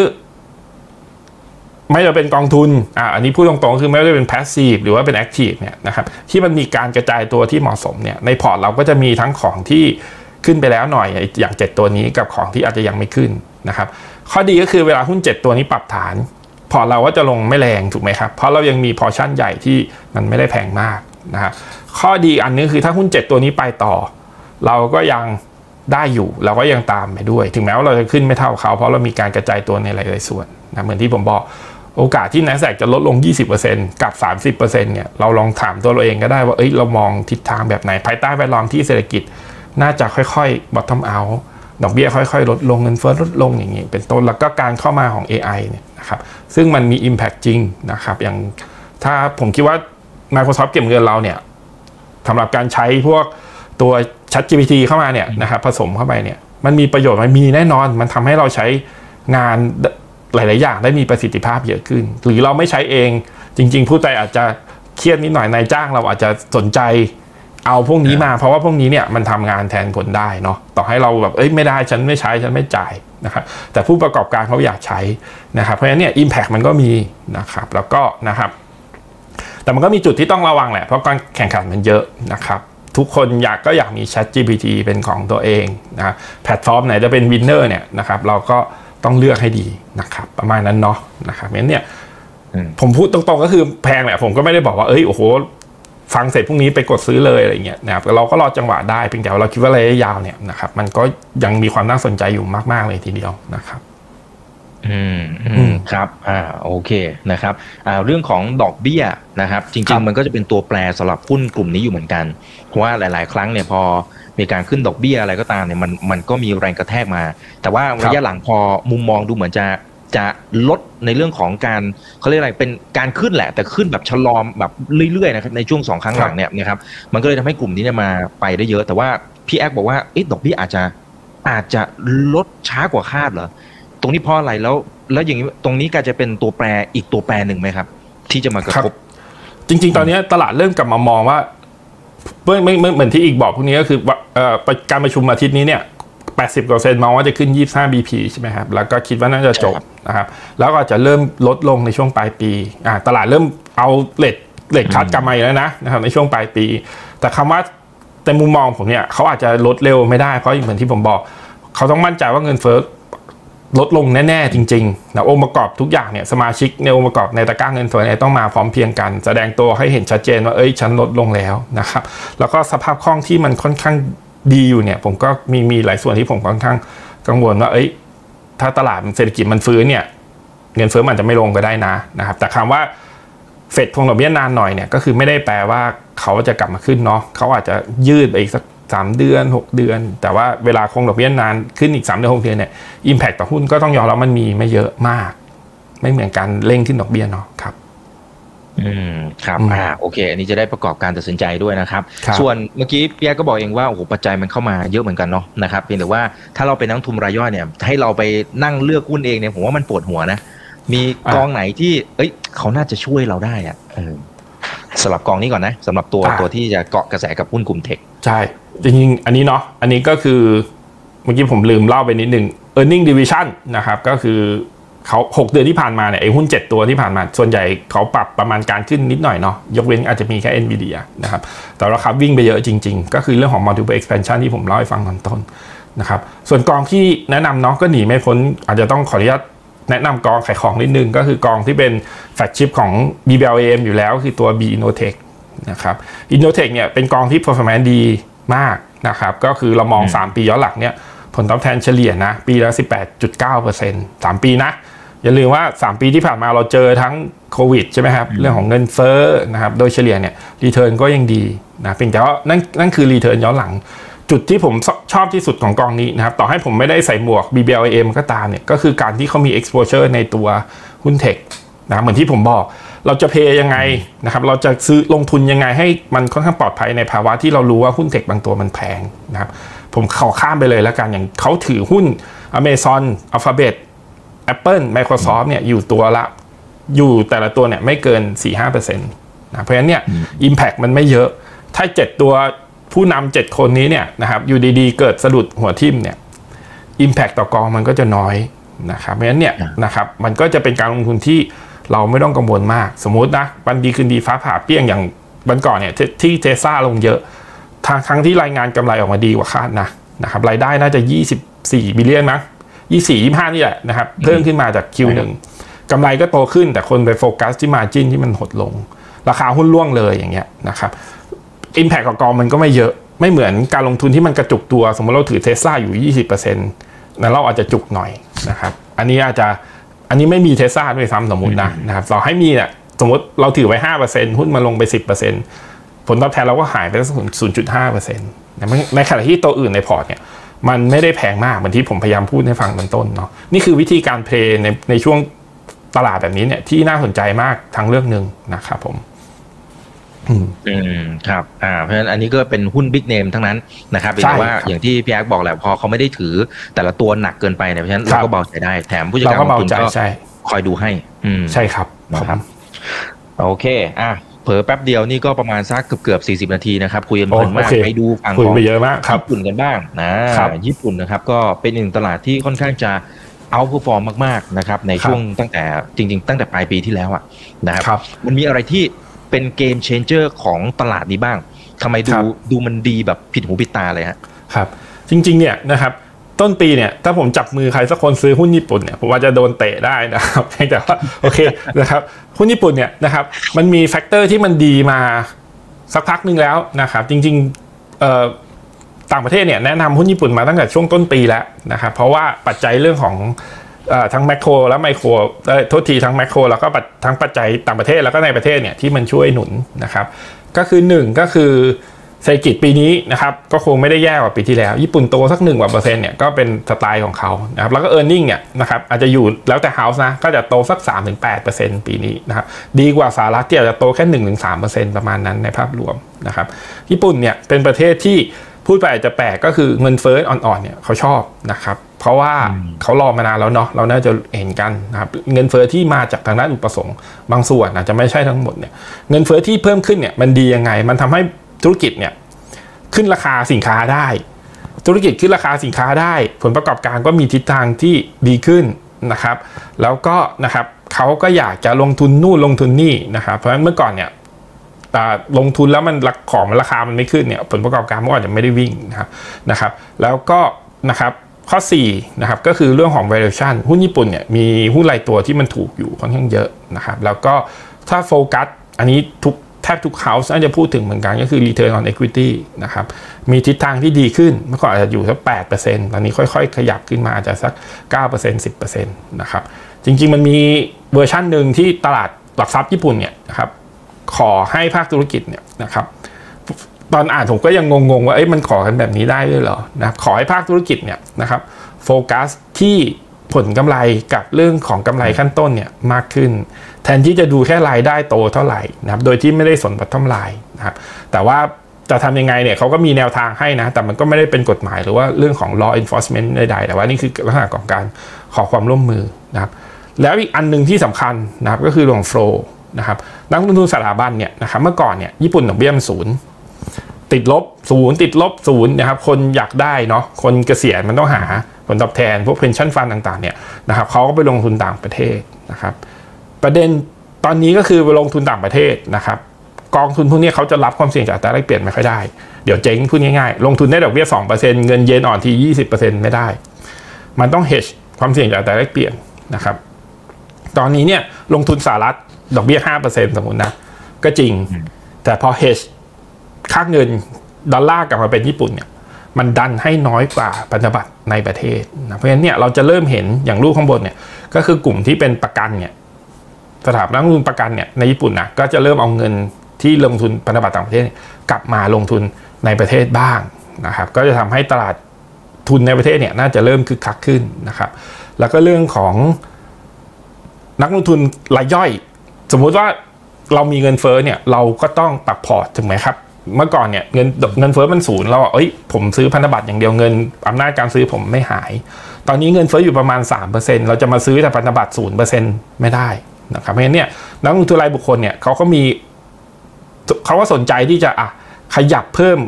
ไม่ว่าเป็นกองทุนอ่าอันนี้พูดตรงๆคือไม่ว่าจะเป็น passive หรือว่าเป็น active เนี่ยนะครับที่มันมีการกระจายตัวที่เหมาะสมเนี่ยในพอร์ตเราก็จะมีทั้งของที่ขึ้นไปแล้วหน่อยอย่างเจ็ดตัวนี้กับของที่อาจจะยังไม่ขึ้นนะครับข้อดีก็คือเวลาหุ้นเจ็ดตัวนี้ปรับฐานพอเราก็จะลงไม่แรงถูกไหมครับเพราะเรายังมีพอชั่นใหญ่ที่มันไม่ได้แพงมากนะฮะข้อดีอันนึงคือถ้าหุ้นเจ็ดตัวนี้ไปต่อเราก็ยังได้อยู่เราก็ยังตามไปด้วยถึงแม้ว่าเราจะขึ้นไม่เท่าเขาเพราะเรามีการกระจายตัวในหลายๆส่วนนะเหมือนที่ผมบอกโอกาสที่ NASDAQ จะลดลง ยี่สิบเปอร์เซ็นต์ กับ สามสิบเปอร์เซ็นต์ เนี่ยเราลองถามตัวเราเองก็ได้ว่าเอ้ยเรามองทิศทางแบบไหนภายใต้แวดล้อมที่เศรษฐกิจน่าจะค่อยๆ bottom out ดอกเบี้ยค่อยๆลดลงเงินเฟ้อลดลงอย่างนี้เป็นต้นแล้วก็การเข้ามาของ เอ ไอ เนี่ยนะครับซึ่งมันมี impact จริงนะครับอย่างถ้าผมคิดว่า Microsoft เก็บเงินเราเนี่ยสำหรับการใช้พวกตัว ChatGPT เข้ามาเนี่ยนะครับผสมเข้าไปเนี่ยมันมีประโยชน์มันมีแน่นอนมันทำให้เราใช้งานหลายๆอย่างได้มีประสิทธิภาพเยอะขึ้นหรือเราไม่ใช้เองจริงๆผู้ใจอาจจะเครียดนิดหน่อยนายจ้างเราอาจจะสนใจเอาพวกนี้มาเพราะว่าพวกนี้เนี่ยมันทำงานแทนคนได้เนาะต่อให้เราแบบเอ้ยไม่ได้ฉันไม่ใช้ฉันไม่จ่ายนะครับแต่ผู้ประกอบการเขาอยากใช้นะครับเพราะฉะนั้นเนี่ย impact มันก็มีนะครับแล้วก็นะครับแต่มันก็มีจุดที่ต้องระวังแหละเพราะการแข่งขันมันเยอะนะครับทุกคนอยากก็อยากมี ChatGPT เป็นของตัวเองนะแพลตฟอร์มไหนจะเป็นวินเนอร์เนี่ยนะครับเราก็ต้องเลือกให้ดีนะครับประมาณนั้นเนาะนะครับงั้นเนี่ยผมพูดตรงๆก็คือแพงแหละผมก็ไม่ได้บอกว่าเอ้ยโอ้โหฟังเสร็จพรุ่งนี้ไปกดซื้อเลยอะไรเงี้ยนะครับเราก็รอจังหวะได้เพียงแต่เราคิดว่าระยะยาวเนี่ยนะครับมันก็ยังมีความน่าสนใจอยู่มากๆเลยทีเดียวนะครับอืมอืมครับอ่าโอเคนะครับอ่าเรื่องของดอกเบี้ยนะครับจริงๆมันก็จะเป็นตัวแปรสำหรับหุ้นกลุ่มนี้อยู่เหมือนกันเพราะว่าหลายๆครั้งเนี่ยพอมีการขึ้นดอกเบี้ยอะไรก็ตามเนี่ยมันมันก็มีแรงกระแทกมาแต่ว่าระยะหลังพอมุมมองดูเหมือนจะจะลดในเรื่องของการเขาเรียกอะไรเป็นการขึ้นแหละแต่ขึ้นแบบชะลอแบบเรื่อยๆนะครับในช่วงสองครั้งหลังเนี่ยนะครับมันก็เลยทำให้กลุ่มนี้เนี่ยมาไปได้เยอะแต่ว่าพี่แอ๊กบอกว่าเอ๊ะดอกเบี้ยอาจจะอาจจะลดช้ากว่าคาดเหรอตรงนี้เพราะอะไรแล้วแล้วอย่างนี้ตรงนี้ก็จะเป็นตัวแปรอีกตัวแปรหนึ่งไหมครับที่จะมากระทบจริงๆตอนนี้ตลาดเริ่มกลับมามองว่าเมื่อเหมือนที่อีกบอกพวกนี้ก็คือการประชุมอาทิตย์นี้เนี่ย แปดสิบเปอร์เซ็นต์ มองว่าจะขึ้นยี่สิบห้า บี พี ใช่ไหมครับแล้วก็คิดว่าน่าจะจบนะครับแล้วก็จะเริ่มลดลงในช่วงปลายปีอ่าตลาดเริ่มเอาเลทเลทคัทกลับมาแล้วนะนะครับในช่วงปลายปีแต่คำว่าแต่มุมมองผมเนี่ยเขาอาจจะลดเร็วไม่ได้เพราะเหมือนที่ผมบอกเขาต้องมั่นใจว่าเงินเฟ้อลดลงแน่ๆจริงๆนะองค์ประกอบทุกอย่างเนี่ยสมาชิกในองค์ประกอบในตะกร้าเงินเฟ้อเนี่ยต้องมาพร้อมเพรียงกันแสดงตัวให้เห็นชัดเจนว่าเอ้ยฉันลดลงแล้วนะครับแล้วก็สภาพคล่องที่มันค่อนข้างดีอยู่เนี่ยผมก็มีมีหลายส่วนที่ผมค่อนข้างกังวลว่าเอ้ยถ้าตลาดเศรษฐกิจมันฟื้นเนี่ยเงินเฟ้อมันจะไม่ลงก็ได้นะนะครับแต่คำว่าเฟดคงดอกเบี้ยนานหน่อยเนี่ยก็คือไม่ได้แปลว่าเขาจะกลับมาขึ้นเนาะเขาอาจจะยืดไปอีกสักสามเดือนหกเดือนแต่ว่าเวลาคงดอกเบี้ยนานขึ้นอีกสามเดือนหกเดือนเนี่ย impact ต่อหุ้นก็ต้องยอมรับมันมีไม่เยอะมากไม่เหมือนการเร่งขึ้นดอกเบี้ยเนาะครับอืมครับอ่าโอเคอันนี้จะได้ประกอบการตัดสินใจด้วยนะครับส่วนเมื่อกี้พี่แอ๊กก็บอกเองว่าโอ้โหปัจจัยมันเข้ามาเยอะเหมือนกันเนาะนะครับเพียงแต่ว่าถ้าเราเป็นนักทุนรายย่อยเนี่ยให้เราไปนั่งเลือกหุ้นเองเนี่ยผมว่ามันปวดหัวนะมีกองไหนที่เอ้ยเขาน่าจะช่วยเราได้อ่ะสำหรับกองนี้ก่อนนะสำหรับตัวตัวที่จะเกาะกระแสกับหุ้นกลุ่มเทคใช่จริงๆอันนี้เนาะอันนี้ก็คือเมื่อกี้ผมลืมเล่าไปนิดนึง earning division นะครับก็คือเขาหกเดือนที่ผ่านมาเนี่ยไอ้หุ้นเจ็ดตัวที่ผ่านมาส่วนใหญ่เขาปรับประมาณการขึ้นนิดหน่อยเนาะยกเว้นอาจจะมีแค่ Nvidia นะครับแต่ราคาวิ่งไปเยอะจริงๆก็คือเรื่องของ multiple expansion ที่ผมเล่าให้ฟังตอนต้นนะครับส่วนกองที่แนะนำเนาะก็หนีไม่พ้นอาจจะต้องขออนุญาตแนะนำกองขายของนิดนึงก็คือกองที่เป็นแฟลกชิพของ บี บี แอล เอ เอ็ม อยู่แล้วคือตัว B Innotech นะครับ Innotech เนี่ยเป็นกองที่ performance ดีมากนะครับก็คือเรามองสามปีย้อนหลังเนี่ยผลตอบแทนเฉลี่ยนะปีละ สิบแปดจุดเก้าเปอร์เซ็นต์ สามปีนะอย่าลืมว่าสามปีที่ผ่านมาเราเจอทั้งโควิดใช่ไหมครับเรื่องของเงินเฟ้อนะครับโดยเฉลี่ยเนี่ยรีเทิร์นก็ยังดีนะเพียงแต่ว่านั่นนั่นคือรีเทิร์นย้อนหลังจุดที่ผมชอบที่สุดของกองนี้นะครับต่อให้ผมไม่ได้ใส่หมวก บี บี แอล เอ็ม ก็ตามเนี่ยก็คือการที่เขามี exposure ในตัวหุ้นเทคนะเหมือนที่ผมบอกเราจะเพย์ยังไงนะครับเราจะซื้อลงทุนยังไงให้มันค่อนข้างปลอดภัยในภาวะที่เรารู้ว่าหุ้นเทคบางตัวมันแพงนะครับผมขอข้ามไปเลยแล้วกันอย่างเขาถือหุ้น Amazon Alphabet Apple Microsoft เนี่ยอยู่ตัวละอยู่แต่ละตัวเนี่ยไม่เกิน สี่ถึงห้าเปอร์เซ็นต์ นะเพราะฉะนั้นเนี่ย impact มันไม่เยอะถ้าเจ็ดตัวผู้นำเจ็ดคนนี้เนี่ยนะครับอยู่ดีๆเกิดสะดุดหัวทิ่มเนี่ย impact ต่อกองมันก็จะน้อยนะครับเพราะฉะนั้นเนี่ยนะครับมันก็จะเป็นการลงทุนที่เราไม่ต้องกังวลมากสมมุตินะวันดีคืนดีฟ้าผ่าเปี้ยงอย่างวันก่อนเนี่ยที่เทสลาลงเยอะทางทั้งที่รายงานกำไรออกมาดีกว่าคาดนะนะครับรายได้น่าจะยี่สิบสี่บิลเลียนมั้งยี่สิบสี่ ยี่สิบห้านี่แหละนะครับเพิ่มขึ้นมาจาก คิว หนึ่งกำไรก็โตขึ้นแต่คนไปโฟกัสที่ margin ที่มันหดลงราคาหุ้นร่วงเลยอย่างเงี้ยนะครับ impact ของกองมันก็ไม่เยอะไม่เหมือนการลงทุนที่มันกระจุกตัวสมมติเราถือ Tesla อยู่ ยี่สิบเปอร์เซ็นต์ นั้นเราอาจจะจุกหน่อยนะครับอันนี้อาจจะอันนี้ไม่มี Tesla ด้วยซ้ำสมมุตินะนะครับเราให้มีเนี่ยสมมติเราถือไว้ ห้าเปอร์เซ็นต์ หุ้นมาลงไป สิบเปอร์เซ็นต์ ผลตอบแทนเราก็หายไปสัก ศูนย์จุดห้าเปอร์เซ็นต์ ในขณะที่ตัวอื่นในพอร์ตเนี่ยมันไม่ได้แพงมากเหมือนที่ผมพยายามพูดให้ฟังตอนต้นเนาะนี่คือวิธีการเพลย์ในในช่วงตลาดแบบนี้เนี่ยที่น่าสนใจมากทางเรื่องหนึ่งนะครับผมอืมอืมครับอ่าเพราะฉะนั้นอันนี้ก็เป็นหุ้นบิ๊กเนมทั้งนั้นนะครับแต่ว่าอย่างที่พี่แอ๊กบอกแหละพอเขาไม่ได้ถือแต่ละตัวหนักเกินไปเนี่ยเพราะฉะนั้นเราก็เบาใจได้แถมผู้จัดการกองทุนก็คอยดูให้อืมใช่ครับนะครับโอเคอ่ะเผลอแป๊บเดียวนี่ก็ประมาณสักเกือบเกือบสี่สิบนาทีนะครับคุยกันเพลินมากไปดูฝั่งของญี่ปุ่นกันบ้างนะญี่ปุ่นนะครับก็เป็นหนึ่งตลาดที่ค่อนข้างจะเอาท์เพอร์ฟอร์มมากๆนะครับในช่วงตั้งแต่จริงๆตั้งแต่ปลายปีที่แล้วอ่ะนะครับมันมีอะไรที่เป็นเกมเชนเจอร์ของตลาดนี้บ้างทำไมดูดูมันดีแบบผิดหูผิดตาเลยฮะครับจริงๆเนี่ยนะครับต้นปีเนี่ยถ้าผมจับมือใครสักคนซื้อหุ้นญี่ปุ่นเนี่ยผมว่าจะโดนเตะได้นะครับแต่ว่าโอเคนะครับหุ้นญี่ปุ่นเนี่ยนะครับมันมีแฟกเตอร์ที่มันดีมาสักพักนึงแล้วนะครับจริงๆเอ่อต่างประเทศเนี่ยแนะนำหุ้นญี่ปุ่นมาตั้งแต่ช่วงต้นปีแล้วนะครับเพราะว่าปัจจัยเรื่องของทั้งแมคโครและไมโครโทษทีทั้งแมคโครแล้วก็ทั้งปัจจัยต่างประเทศแล้วก็ในประเทศเนี่ยที่มันช่วยหนุนนะครับก็คือหนึ่งก็คือเศรษฐกิจปีนี้นะครับก็คงไม่ได้แย่กว่าปีที่แล้วญี่ปุ่นโตสักหนึ่งกว่าเปอร์เซ็นต์เนี่ยก็เป็นสไตล์ของเขานะครับแล้วก็ earning เนี่ยนะครับอาจจะอยู่แล้วแต่ house นะก็จะโตสัก สามถึงแปดเปอร์เซ็นต์ ปีนี้นะครับดีกว่าสหรัฐที่อาจจะโตแค่ หนึ่งถึงสามเปอร์เซ็นต์ ประมาณนั้นในภาพรวมนะครับญี่ปุ่นเนี่ยเป็นประเทศที่พูดไปอาจจะแปลกก็คือเงินเฟ้ออ่อนๆเนี่ยเขาชอบนะครับเพราะว่าเขารอมานานแล้วเนาะเราน่าจะเห็นกันนะครับเงินเฟ้อที่มาจากทางด้านอุปสงค์บางส่วนอาจจะไม่ใช่ทั้งหมดเนี่ยเงินเฟ้อที่เพิ่มขึ้นเนี่ยมันดียังไงมันทำให้ธุรกิจเนี่ยขึ้นราคาสินค้าได้ธุรกิจขึ้นราคาสินค้าได้ผลประกอบการก็มีทิศทางที่ดีขึ้นนะครับแล้วก็นะครับเขาก็อยากจะลงทุนนู่นลงทุนนี่นะครับเพราะฉะนั้นเมื่อก่อนเนี่ยลงทุนแล้วมันของมันราคามันไม่ขึ้นเนี่ยผลประกอบการมันอาจจะไม่ได้วิ่งนะครับนะครับแล้วก็นะครับข้อสี่นะครับก็คือเรื่องของ valuation หุ้นญี่ปุ่นเนี่ยมีหุ้นรายตัวที่มันถูกอยู่ค่อนข้างเยอะนะครับแล้วก็ถ้าโฟกัสอันนี้ทุกแทบทุก house น่าจะพูดถึงเหมือนกันก็คือ return on equity นะครับมีทิศทางที่ดีขึ้นเมื่อก่อนอาจจะอยู่สัก แปดเปอร์เซ็นต์ ตอนนี้ค่อยๆขยับขึ้นมาอาจจะสัก เก้าเปอร์เซ็นต์ สิบเปอร์เซ็นต์ นะครับจริงๆมันมีเวอร์ชันหนึ่งที่ตลาดหลักทรัพย์ญี่ปุ่นเนี่ยนะครับขอให้ภาคธุรกิจเนี่ยนะครับตอนอ่านผมก็ยังงงๆว่าเอ้ยมันขอกันแบบนี้ได้ด้วยเหรอนะครับขอให้ภาคธุรกิจเนี่ยนะครับโฟกัสที่ผลกำไรกับเรื่องของกำไรขั้นต้นเนี่ยมากขึ้นแทนที่จะดูแค่รายได้โตเท่าไหร่นะครับโดยที่ไม่ได้สน bottom line นะครับแต่ว่าจะทำยังไงเนี่ยเขาก็มีแนวทางให้นะแต่มันก็ไม่ได้เป็นกฎหมายหรือว่าเรื่องของ law enforcement ใดๆแต่ว่านี่คือลักษณะของการขอความร่วมมือนะครับแล้วอีกอันนึงที่สำคัญนะครับก็คือเรื่องของ flow นะครับนักลงทุนสถาบันเนี่ยนะครับเมื่อก่อนเนี่ยญี่ปุ่นดอกเบี้ยมันศูนย์ติดลบศูนย์ติดลบศูนย์นะครับคนอยากได้เนาะคนเกษียณมันต้องหาผลตอบแทนพวก pension fund ต่างๆเนี่ยนะครับเขาก็ไปลงทุนต่างประเทศนะครับประเด็นตอนนี้ก็คือไปลงทุนต่างประเทศนะครับกองทุนพวกนี้เขาจะรับความเสี่ยงจากอัตราแลกเปลี่ยนไม่ค่อยได้เดี๋ยวเจ๊งพูดง่ายๆลงทุนได้ดอกเบี้ย สองเปอร์เซ็นต์ เงินเยนอ่อนที ยี่สิบเปอร์เซ็นต์ ไม่ได้มันต้อง hedge ความเสี่ยงจากอัตราแลกเปลี่ยนนะครับตอนนี้เนี่ยลงทุนสหรัฐดอกเบี้ย ห้าเปอร์เซ็นต์ สมมุตินะก็จริงแต่พอ hedge ค่าเงินดอลลาร์กลับมาเป็นญี่ปุ่นเนี่ยมันดันให้น้อยกว่าพันธบัตรในประเทศนะเพราะฉะนั้นเนี่ยเราจะเริ่มเห็นอย่างรูปข้างบนเนี่ยก็คือกลุ่มที่เป็นประกันเนี่ยสถาบันนักลงทุนประกันเนี่ยในญี่ปุ่นนะก็จะเริ่มเอาเงินที่ลงทุนพันธบัตรต่างประเทศกลับมาลงทุนในประเทศบ้างนะครับก็จะทำให้ตลาดทุนในประเทศเนี่ยน่าจะเริ่มคึกคักขึ้นนะครับแล้วก็เรื่องของนักลงทุนรายย่อยสมมุติว่าเรามีเงินเฟ้อเนี่ยเราก็ต้องปรับพอร์ตถูกไหมครับเมื่อก่อนเนี่ยเงินเงินเฟ้อมันศูนย์เราเอ้ยผมซื้อพันธบัตรอย่างเดียวเงินอำนาจการซื้อผมไม่หายตอนนี้เงินเฟ้ออยู่ประมาณ สามเปอร์เซ็นต์ เราจะมาซื้อแต่พันธบัตร ศูนย์เปอร์เซ็นต์ ไม่ได้นะครับเพราะฉะนั้นเนี่ยนักลงทุนรายบุคคลเนี่ยเขาก็มีเขาก็สนใจที่จะอ่ะขยับเพิ่ม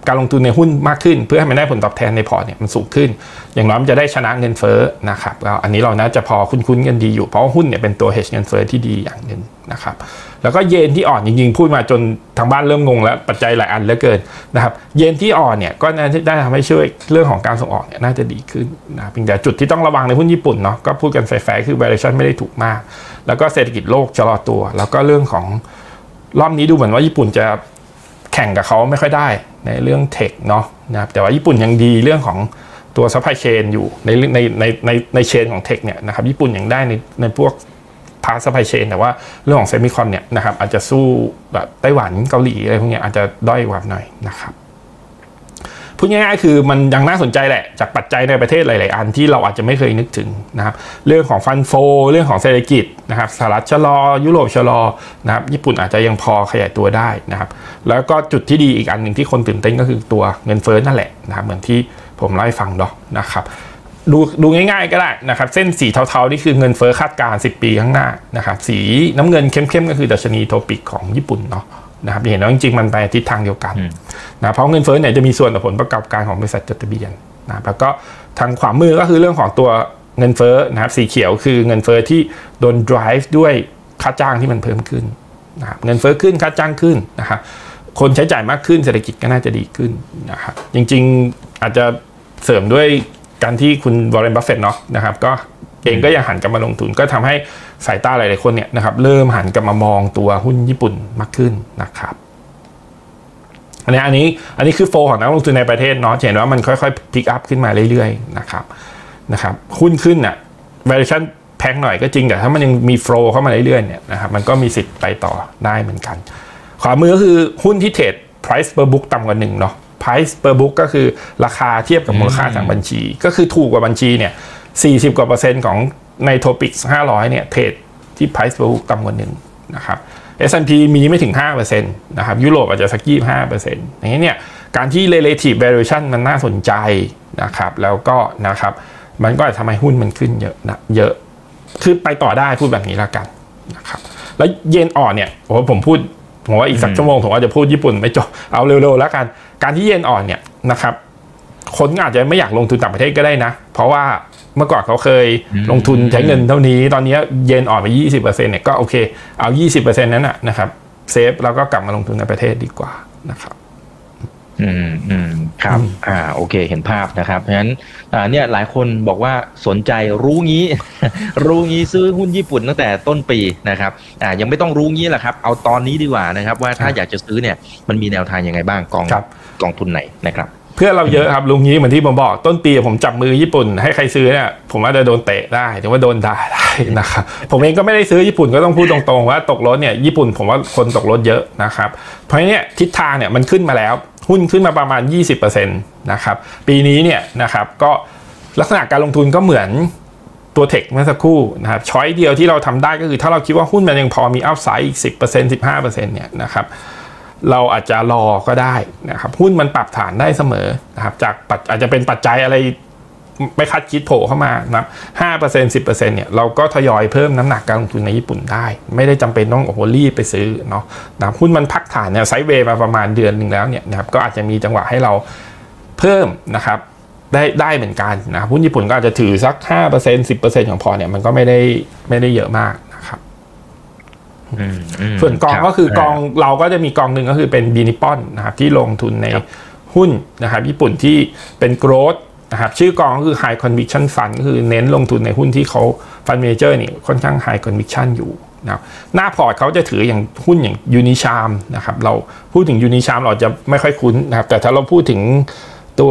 การลงทุนในหุ้นมากขึ้นเพื่อให้มันได้ผลตอบแทนในพอร์ตเนี่ยมันสูงขึ้นอย่างน้อยมันจะได้ชนะเงินเฟ้อนะครับแล้วอันนี้เราน่าจะพอคุ้นๆกันดีอยู่เพราะว่าหุ้นเนี่ยเป็นตัว hedge เงินเฟ้อที่ดีอย่างหนึ่งนะครับแล้วก็เยนที่อ่อนจริงๆพูดมาจนทางบ้านเริ่มงงแล้วปัจจัยหลายอันเหลือเกินนะครับเยนที่อ่อนเนี่ยก็น่าจะได้ทำให้ช่วยเรื่องของการส่งออกเนี่ยน่าจะดีขึ้นนะเพียงแต่จุดที่ต้องระวังในหุ้นญี่ปุ่นเนาะก็พูดกันแฟร์ๆคือ valuation ไม่ได้ถูกมากแล้วก็เศรษฐกิจโลกชะลอตัวแล้วก็เรื่องของรอบนี้ดูเหมือนว่าญี่ปุ่นจะแข่งกับเขาไม่ค่อยได้ในเรื่องเทคเนาะนะครับแต่ว่าญี่ปุ่นยังดีเรื่องของตัว supply chain อยู่ในในในในในเชนของเทคเนี่ยนะครับญี่ปุ่นยังได้ในในพวกพาร์ท supply chain แต่ว่าเรื่องของเซมิคอนเนี่ยนะครับอาจจะสู้แบบไต้หวันเกาหลีอะไรพวกนี้อาจจะด้อยกว่าหน่อยนะครับพูดง่ายๆคือมันยังน่าสนใจแหละจากปัจจัยในประเทศหลายๆอันที่เราอาจจะไม่เคยนึกถึงนะครับเรื่องของฟันโฟเรื่องของเศรษฐกิจนะครับสหรัฐชะลอยุโรปชะลอนะครับญี่ปุ่นอาจจะยังพอขยายตัวได้นะครับแล้วก็จุดที่ดีอีกอันหนึ่งที่คนตื่นเต้นก็คือตัวเงินเฟ้อนั่นแหละนะครับเหมือนที่ผมเล่าให้ฟังเนาะนะครับดูดูง่ายๆก็ได้นะครับเส้นสีเทาๆนี่คือเงินเฟ้อคาดการณ์สิบปีข้างหน้านะครับสีน้ำเงินเข้มๆก็คือดัชนีโทปิกของญี่ปุ่นเนาะนะครับเห็นว่าจริงๆมันไปทิศทางเดียวกันนะเพราะเงินเฟ้อเนี่ยจะมีส่วนต่อผลประกอบการของบริษัทจดทะเบียนนะแล้วก็ทางขวามือก็คือเรื่องของตัวเงินเฟ้อนะครับสีเขียวคือเงินเฟ้อที่โดน drive ด้วยค่าจ้างที่มันเพิ่มขึ้นนะครับเงินเฟ้อขึ้นค่าจ้างขึ้นนะครับคนใช้จ่ายมากขึ้นเศรษฐกิจก็น่าจะดีขึ้นนะครับจริงๆอาจจะเสริมด้วยการที่คุณวอร์เรน บัฟเฟตต์เนาะนะครับก็เองก็ยังหันกลับมาลงทุนก็ทำให้สายตาหลายๆคนเนี่ยนะครับเริ่มหันกลับมามองตัวหุ้นญี่ปุ่นมากขึ้นนะครับอันนี้อันนี้อันนี้คือโฟของนักลงทุนในประเทศเนาะเห็นว่ามันค่อยๆพิกอัพขึ้นมาเรื่อยๆนะครับนะครับหุ้นขึ้นอ่ะ valuation แพงหน่อยก็จริงแต่ถ้ามันยังมีโฟลเข้ามาเรื่อยๆเนี่ยนะครับมันก็มีสิทธิ์ไปต่อได้เหมือนกันขวามือก็คือหุ้นที่เทรด price per book ต่ำกว่าหนึ่งเนาะ price per book ก็คือราคาเทียบกับมูลค่าทางบัญชีก็คือถูกกว่าบัญชีเนี่ยสี่สิบกว่าเปอร์เซ็นต์ของใน Topix ห้าร้อยเนี่ยเทรดที่ price per book ต่ำกว่าหนึ่งนะครับ เอส แอนด์ พี มีไม่ถึง ห้าเปอร์เซ็นต์ นะครับยุโรปอาจจะสัก ยี่สิบห้าเปอร์เซ็นต์ อย่างนี้เนี่ยการที่ relative valuation มันน่าสนใจนะครับแล้วก็นะครับมันก็จะทำให้หุ้นมันขึ้นเยอะนะเยอะคือไปต่อได้พูดแบบนี้แล้วกันนะครับแล้วเยนอ่อนเนี่ยโอ้ผมพูดผมว่าอีกสักชั่วโมงผมว่าจะพูดญี่ปุ่นไม่จบเอาเร็วๆแล้วกันการที่เยนอ่อนเนี่ยนะครับคนอาจจะไม่อยากลงทุนต่างประเทศก็ได้นะเพราะว่าเมื่อก่อนเขาเคยลงทุนใช้เงินเท่านี้ตอนนี้เยนอ่อนไป ยี่สิบเปอร์เซ็นต์ เนี่ยก็โอเคเอา ยี่สิบเปอร์เซ็นต์ นั้นน่ะนะครับเซฟแล้วก็กลับมาลงทุนในประเทศดีกว่านะครับอืมอืมครับอ่าโอเคเห็นภาพนะครับเพราะฉะนั้นอ่าเนี่ยหลายคนบอกว่าสนใจรู้งี้ รู้งี้ซื้อหุ้นญี่ปุ่นตั้งแต่ต้นปีนะครับอ่ายังไม่ต้องรู้งี้แหละครับเอาตอนนี้ดีกว่านะครับว่าถ้าอยากจะซื้อเนี่ยมันมีแนวทางยังไงบ้างกองกองทุนไหนนะครับเพื่อเราเยอะครับลุงนี้เหมือนที่ผมบอกต้นปีผมจับมือญี่ปุ่นให้ใครซื้อเนี่ยผมว่าจะโดนเตะได้หรือว่าโดนด่าได้นะครับผมเองก็ไม่ได้ซื้อญี่ปุ่นก็ต้องพูดตรงๆว่าตกรถเนี่ยญี่ปุ่นผมว่าคนตกรถเยอะนะครับเพราะฉะนั้นเนี่ยทิศทางเนี่ยมันขึ้นมาแล้วหุ้นขึ้นมาประมาณ ยี่สิบเปอร์เซ็นต์ นะครับปีนี้เนี่ยนะครับก็ลักษณะการลงทุนก็เหมือนตัวเทคเมื่อสักครู่นะครับช้อยเดียวที่เราทำได้ก็คือถ้าเราคิดว่าหุ้นมันยังพอมีอัพไซด์อีก สิบเปอร์เซ็นต์ สิบห้าเปอร์เซ็นต์ เนี่ยนะครับเราอาจจะรอก็ได้นะครับหุ้นมันปรับฐานได้เสมอนะครับจากอาจจะเป็นปัจจัยอะไรไม่คาดคิดโผล่เข้ามานะ ห้าเปอร์เซ็นต์ สิบเปอร์เซ็นต์ เนี่ยเราก็ทยอยเพิ่มน้ำหนักการลงทุนในญี่ปุ่นได้ไม่ได้จำเป็นต้องโอ้โหรีบไปซื้อเนาะนะหุ้นมันพักฐานเนี่ยไซด์เวย์มาประมาณเดือนนึงแล้วเนี่ยนะครับก็อาจจะมีจังหวะให้เราเพิ่มนะครับได้ได้เหมือนกันนะหุ้นญี่ปุ่นก็อาจจะถือสัก ห้าเปอร์เซ็นต์ สิบเปอร์เซ็นต์ ของพอเนี่ยมันก็ไม่ได้ไม่ได้เยอะมากนะครับส่วนกองก็คือกองเราก็จะมีกองหนึ่งก็คือเป็นบีนิปอนนะครับที่ลงทุนในหุ้นนะครับญี่ปุ่นที่เป็นโกรทนะครับชื่อกองก็คือ High Conviction Fund ก็คือเน้นลงทุนในหุ้นที่เขา Fund Manager นี่ค่อนข้าง High Conviction อยู่นะครับหน้าพอร์ตเขาจะถืออย่างหุ้นอย่างยูนิชามนะครับเราพูดถึงยูนิชามเราจะไม่ค่อยคุ้นนะครับแต่ถ้าเราพูดถึงตัว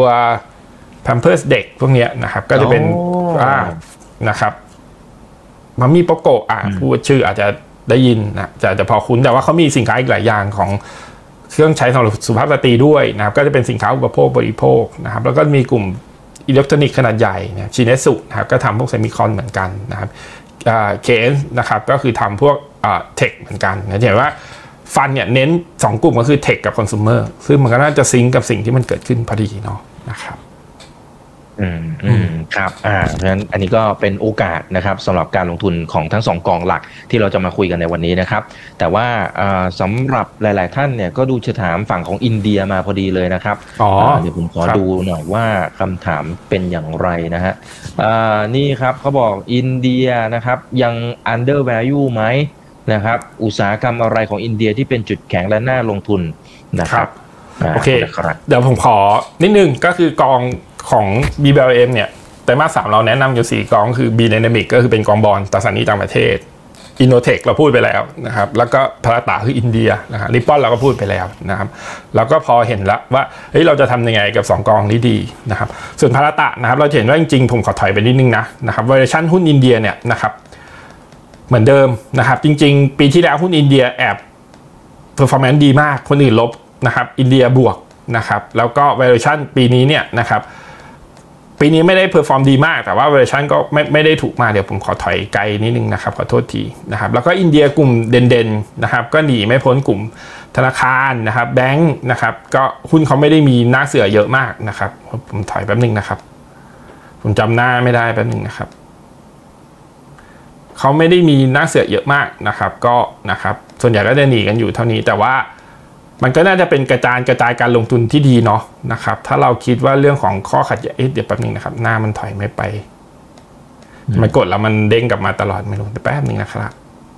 Pampers เด็กพวกนี้นะครับก็จะเป็นอ่านะครับมัมมี่โปโกะอ่าพูดชื่ออาจจะได้ยินนะจะจะพอคุ้นแต่ว่าเขามีสินค้าอีกหลายอย่างของเครื่องใช้สำหรับสุภาพสตรีด้วยนะครับก็จะเป็นสินค้าอุปโภคบริโภคนะครับแล้วก็มีกลุ่มอิเล็กทรอนิกส์ขนาดใหญ่นะชิเนสุนะครับก็ทำพวกเซมิคอนเหมือนกันนะครับเคเอสนะครับก็คือทำพวกเทคเหมือนกันนะเห็นว่าฟันเนี่ยเน้นสองกลุ่มก็คือเทคกับคอน sumer ซึ่งมันก็น่าจะซิงก์กับสิ่งที่มันเกิดขึ้นพอดีเนาะนะครับอืมอืมครับอ่าเพราะฉะนั้นอันนี้ก็เป็นโอกาสนะครับสำหรับการลงทุนของทั้งสองกองหลักที่เราจะมาคุยกันในวันนี้นะครับแต่ว่าอ่าสำหรับหลายๆท่านเนี่ยก็ดูจะถามฝั่งของอินเดียมาพอดีเลยนะครับอ๋อเดี๋ยวผมขอดูหน่อยว่าคำถามเป็นอย่างไรนะฮะอ่านี่ครับเขาบอกอินเดียนะครับยัง under value ไหมนะครับอุตสาหกรรมอะไรของอินเดียที่เป็นจุดแข็งและน่าลงทุนนะครับโอเคเดี๋ยวผมขอนิดนึงก็คือกองของ บี บี แอล เอ็ม เนี่ยไตรมาสสามเราแนะนำอยู่สี่กองคือ B Dynamic ก็คือเป็นกองบอลตราสารหนี้ต่างประเทศ Innotech เราพูดไปแล้วนะครับแล้วก็พาราตาคืออินเดียนะครับริปปอนเราก็พูดไปแล้วนะครับแล้วก็พอเห็นแล้วว่าเฮ้ยเราจะทำยังไงกับสองกองนี้ดีนะครับส่วนพาราตานะครับเราเห็นว่าจริงๆผมขอถอยไปนิดนึงนะนะครับ valuation หุ้นอินเดียเนี่ยนะครับเหมือนเดิมนะครับจริงๆปีที่แล้วหุ้นอินเดียแอบ performance ดีมากคนอื่นลบนะครับอินเดียบวกนะครับแล้วก็ valuation ปีนี้เนี่ยนะครับปีนี้ไม่ได้เพอร์ฟอร์มดีมากแต่ว่า valuation ก็ไม่ไม่ได้ถูกมากเดี๋ยวผมขอถอยไกลนิดนึงนะครับขอโทษทีนะครับแล้วก็อินเดียกลุ่มเด่นๆนะครับก็หนีไม่พ้นกลุ่มธนาคารนะครับแบงค์นะครับก็หุ้นเขาไม่ได้มีหน้าเสือเยอะมากนะครับผมถอยแป๊บนึงนะครับผมจำหน้าไม่ได้แป๊บนึงนะครับเขาไม่ได้มีหน้าเสือเยอะมากนะครับก็นะครับส่วนใหญ่ก็จะหนีกันอยู่เท่านี้แต่ว่ามันก็น่าจะเป็นกระจายกระจายการลงทุนที่ดีเนาะนะครับถ้าเราคิดว่าเรื่องของข้อขัดแย้งเดี๋ยวแป๊บนึงนะครับหน้ามันถอยไม่ไปมันกดแล้วมันเด้งกลับมาตลอดไม่รู้แต่แป๊บนึงนะครับ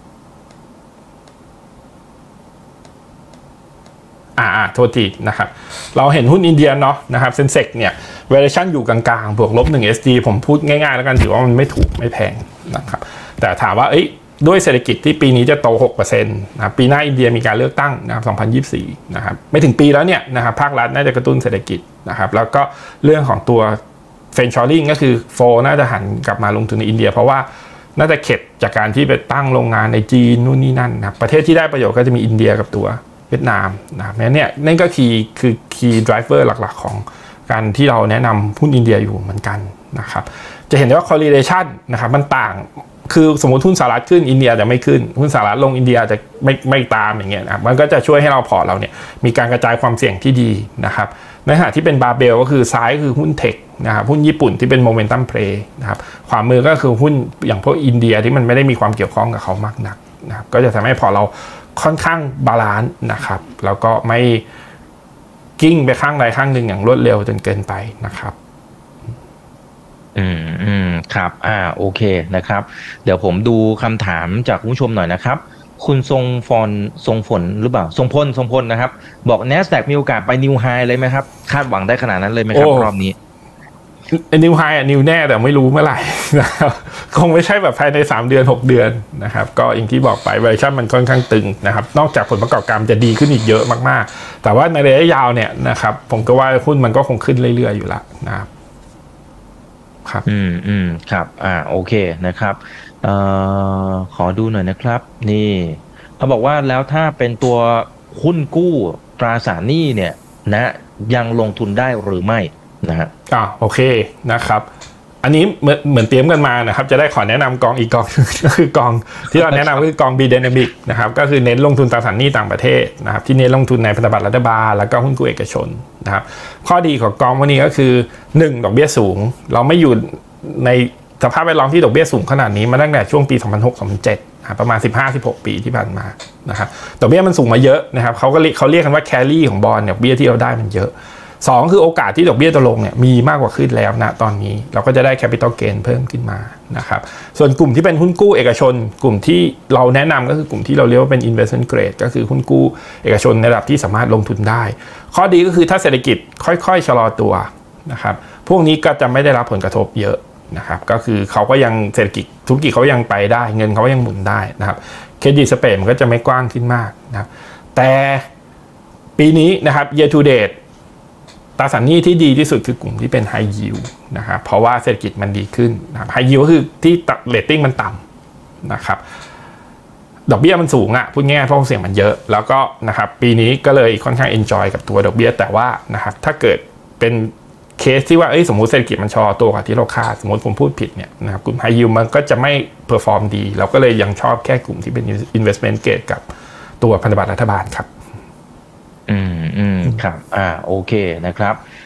อ่าอ่าโทษทีนะครับเราเห็นหุ้นอินเดียเนาะนะครับเซ็นเซกเนี่ย valuation อยู่กลางๆบวกลบหนึ่ง เอส ดี ผมพูดง่ายๆแล้วกันถือว่ามันไม่ถูกไม่แพงนะครับแต่ถามว่าเอ้ยด้วยเศรษฐกิจที่ปีนี้จะโต หกเปอร์เซ็นต์ นะครับปีหน้าอินเดียมีการเลือกตั้งนะครับสองพันยี่สิบสี่นะครับไม่ถึงปีแล้วเนี่ยนะครับภาครัฐน่าจะกระตุ้นเศรษฐกิจนะครับแล้วก็เรื่องของตัวเฟรนช์ชอร์ริงก็คือโฟน่าจะหันกลับมาลงทุนในอินเดียเพราะว่าน่าจะเข็ดจากการที่ไปตั้งโรงงานในจีนนู่นนี่นั่นนะครับประเทศที่ได้ประโยชน์ก็จะมีอินเดียกับตัวเวียดนามนะครับเนี่ยนั่นก็คือคือคีย์ไดรเวอร์หลักๆของการที่เราแนะนำหุ้นอินเดียอยู่เหมือนกันนะครับจะเห็นได้ว่า correlation นะครับมันต่างคือสมมติหุ้นสหรัฐขึ้นอินเดียจะไม่ขึ้นหุ้นสหรัฐลงอินเดียจะไม่ไม่ตามอย่างเงี้ยนะครับมันก็จะช่วยให้เราพอร์ตเราเนี่ยมีการกระจายความเสี่ยงที่ดีนะครับในขณะที่เป็นบาร์เบลก็คือซ้ายคือหุ้นเทคนะครับหุ้นญี่ปุ่นที่เป็นโมเมนตัมเพลย์นะครับขวามือก็คือหุ้นอย่างพวกอินเดียที่มันไม่ได้มีความเกี่ยวข้องกับเขามากนักนะครับก็จะทำให้พอเราค่อนข้างบาลานซ์นะครับแล้วก็ไม่กิ้งไปข้างใดข้างหนึ่งอย่างรวดเร็วจนเกินไปนะครับอืมอืมครับอ่าโอเคนะครับเดี๋ยวผมดูคำถามจากคุณผู้ชมหน่อยนะครับคุณทรงฟอนทรงฝนหรือเปล่าทรงพลทรงพลนะครับบอก Nasdaq มีโอกาสไปนิวไฮเลยไหมครับคาดหวังได้ขนาดนั้นเลยไหมครับรอบนี้นิวไฮอ่ะนิวแน่แต่ไม่รู้เมื่อไหร่นะครับคงไม่ใช่แบบภายในสามเดือนหกเดือนนะครับก็อย่างที่บอกไป valuation มันค่อนข้างตึงนะครับนอกจากผลประกอบการจะดีขึ้นอีกเยอะมากๆแต่ว่าในระยะยาวเนี่ยนะครับผมก็ว่าหุ้นมันก็คงขึ้นเรื่อยๆอยู่ละนะครับครับอืมอืมครับอ่าโอเคนะครับเอ่อขอดูหน่อยนะครับนี่เขาบอกว่าแล้วถ้าเป็นตัวหุ้นกู้ตราสารหนี้เนี่ยนะยังลงทุนได้หรือไม่นะฮะอ่าโอเคนะครับอันนี้เหมือนเหมือนเตรียมกันมานะครับจะได้ขอแนะนำกองอีกกองก็คือกองที่เราแนะนำคือกอง B Dynamic นะครับก็คือเน้นลงทุนตราสารหนี้ต่างประเทศนะครับที่เน้นลงทุนในพันธบัตรรัฐบาลแล้วก็หุ้นกู้เอกชนนะครับข้อดีของกองพวกนี้ก็คือหนึ่งดอกเบี้ยสูงเราไม่อยู่ในสภาพแวดล้อมที่ดอกเบี้ยสูงขนาดนี้มาตั้งแต่ช่วงปีสองพันหก สองพันเจ็ดประมาณ สิบห้าถึงสิบหก ปีที่ผ่านมานะครับดอกเบี้ยมันสูงมาเยอะนะครับเขาก็เขาเรียกกันว่า carry ของบอนด์ดอกเบี้ยที่เราได้มันเยอะสองคือโอกาสที่ดอกเบี้ยจะลงเนี่ยมีมากกว่าขึ้นแล้วนะตอนนี้เราก็จะได้ capital gain เพิ่มขึ้นมานะครับส่วนกลุ่มที่เป็นหุ้นกู้เอกชนกลุ่มที่เราแนะนำก็คือกลุ่มที่เราเรียกว่าเป็น investment grade ก็คือหุ้นกู้เอกชนในระดับที่สามารถลงทุนได้ข้อดีก็คือถ้าเศรษฐกิจค่อยๆชะลอตัวนะครับพวกนี้ก็จะไม่ได้รับผลกระทบเยอะนะครับก็คือเขาก็ยังเศรษฐกิจธุรกิจเขายังไปได้เงินเขายังหมุนได้นะครับเครดิตสเปรดมันก็จะไม่กว้างขึ้นมากนะครับแต่ปีนี้นะครับ year to dateตราสารหนี้ที่ดีที่สุดคือกลุ่มที่เป็น high yield นะครับเพราะว่าเศรษฐกิจมันดีขึ้นนะครับ high yield ก็คือที่เรตติ้งมันต่ำนะครับดอกเบี้ยมันสูงอ่ะพูดง่ายๆเพราะเสี่ยงมันเยอะแล้วก็นะครับปีนี้ก็เลยค่อนข้าง enjoy กับตัวดอกเบี้ยแต่ว่านะครับถ้าเกิดเป็นเคสที่ว่าเอ้ยสมมุติเศรษฐกิจมันชะลอตัวกว่าที่เราคาดสมมติผมพูดผิดเนี่ยนะครับกลุ่ม high yield มันก็จะไม่เพอร์ฟอร์มดีเราก็เลยยังชอบแค่กลุ่มที่เป็น investment grade กับตัวพันธบัตรรัฐบาลครับอืมอืมครับอ่าโอเคนะครับ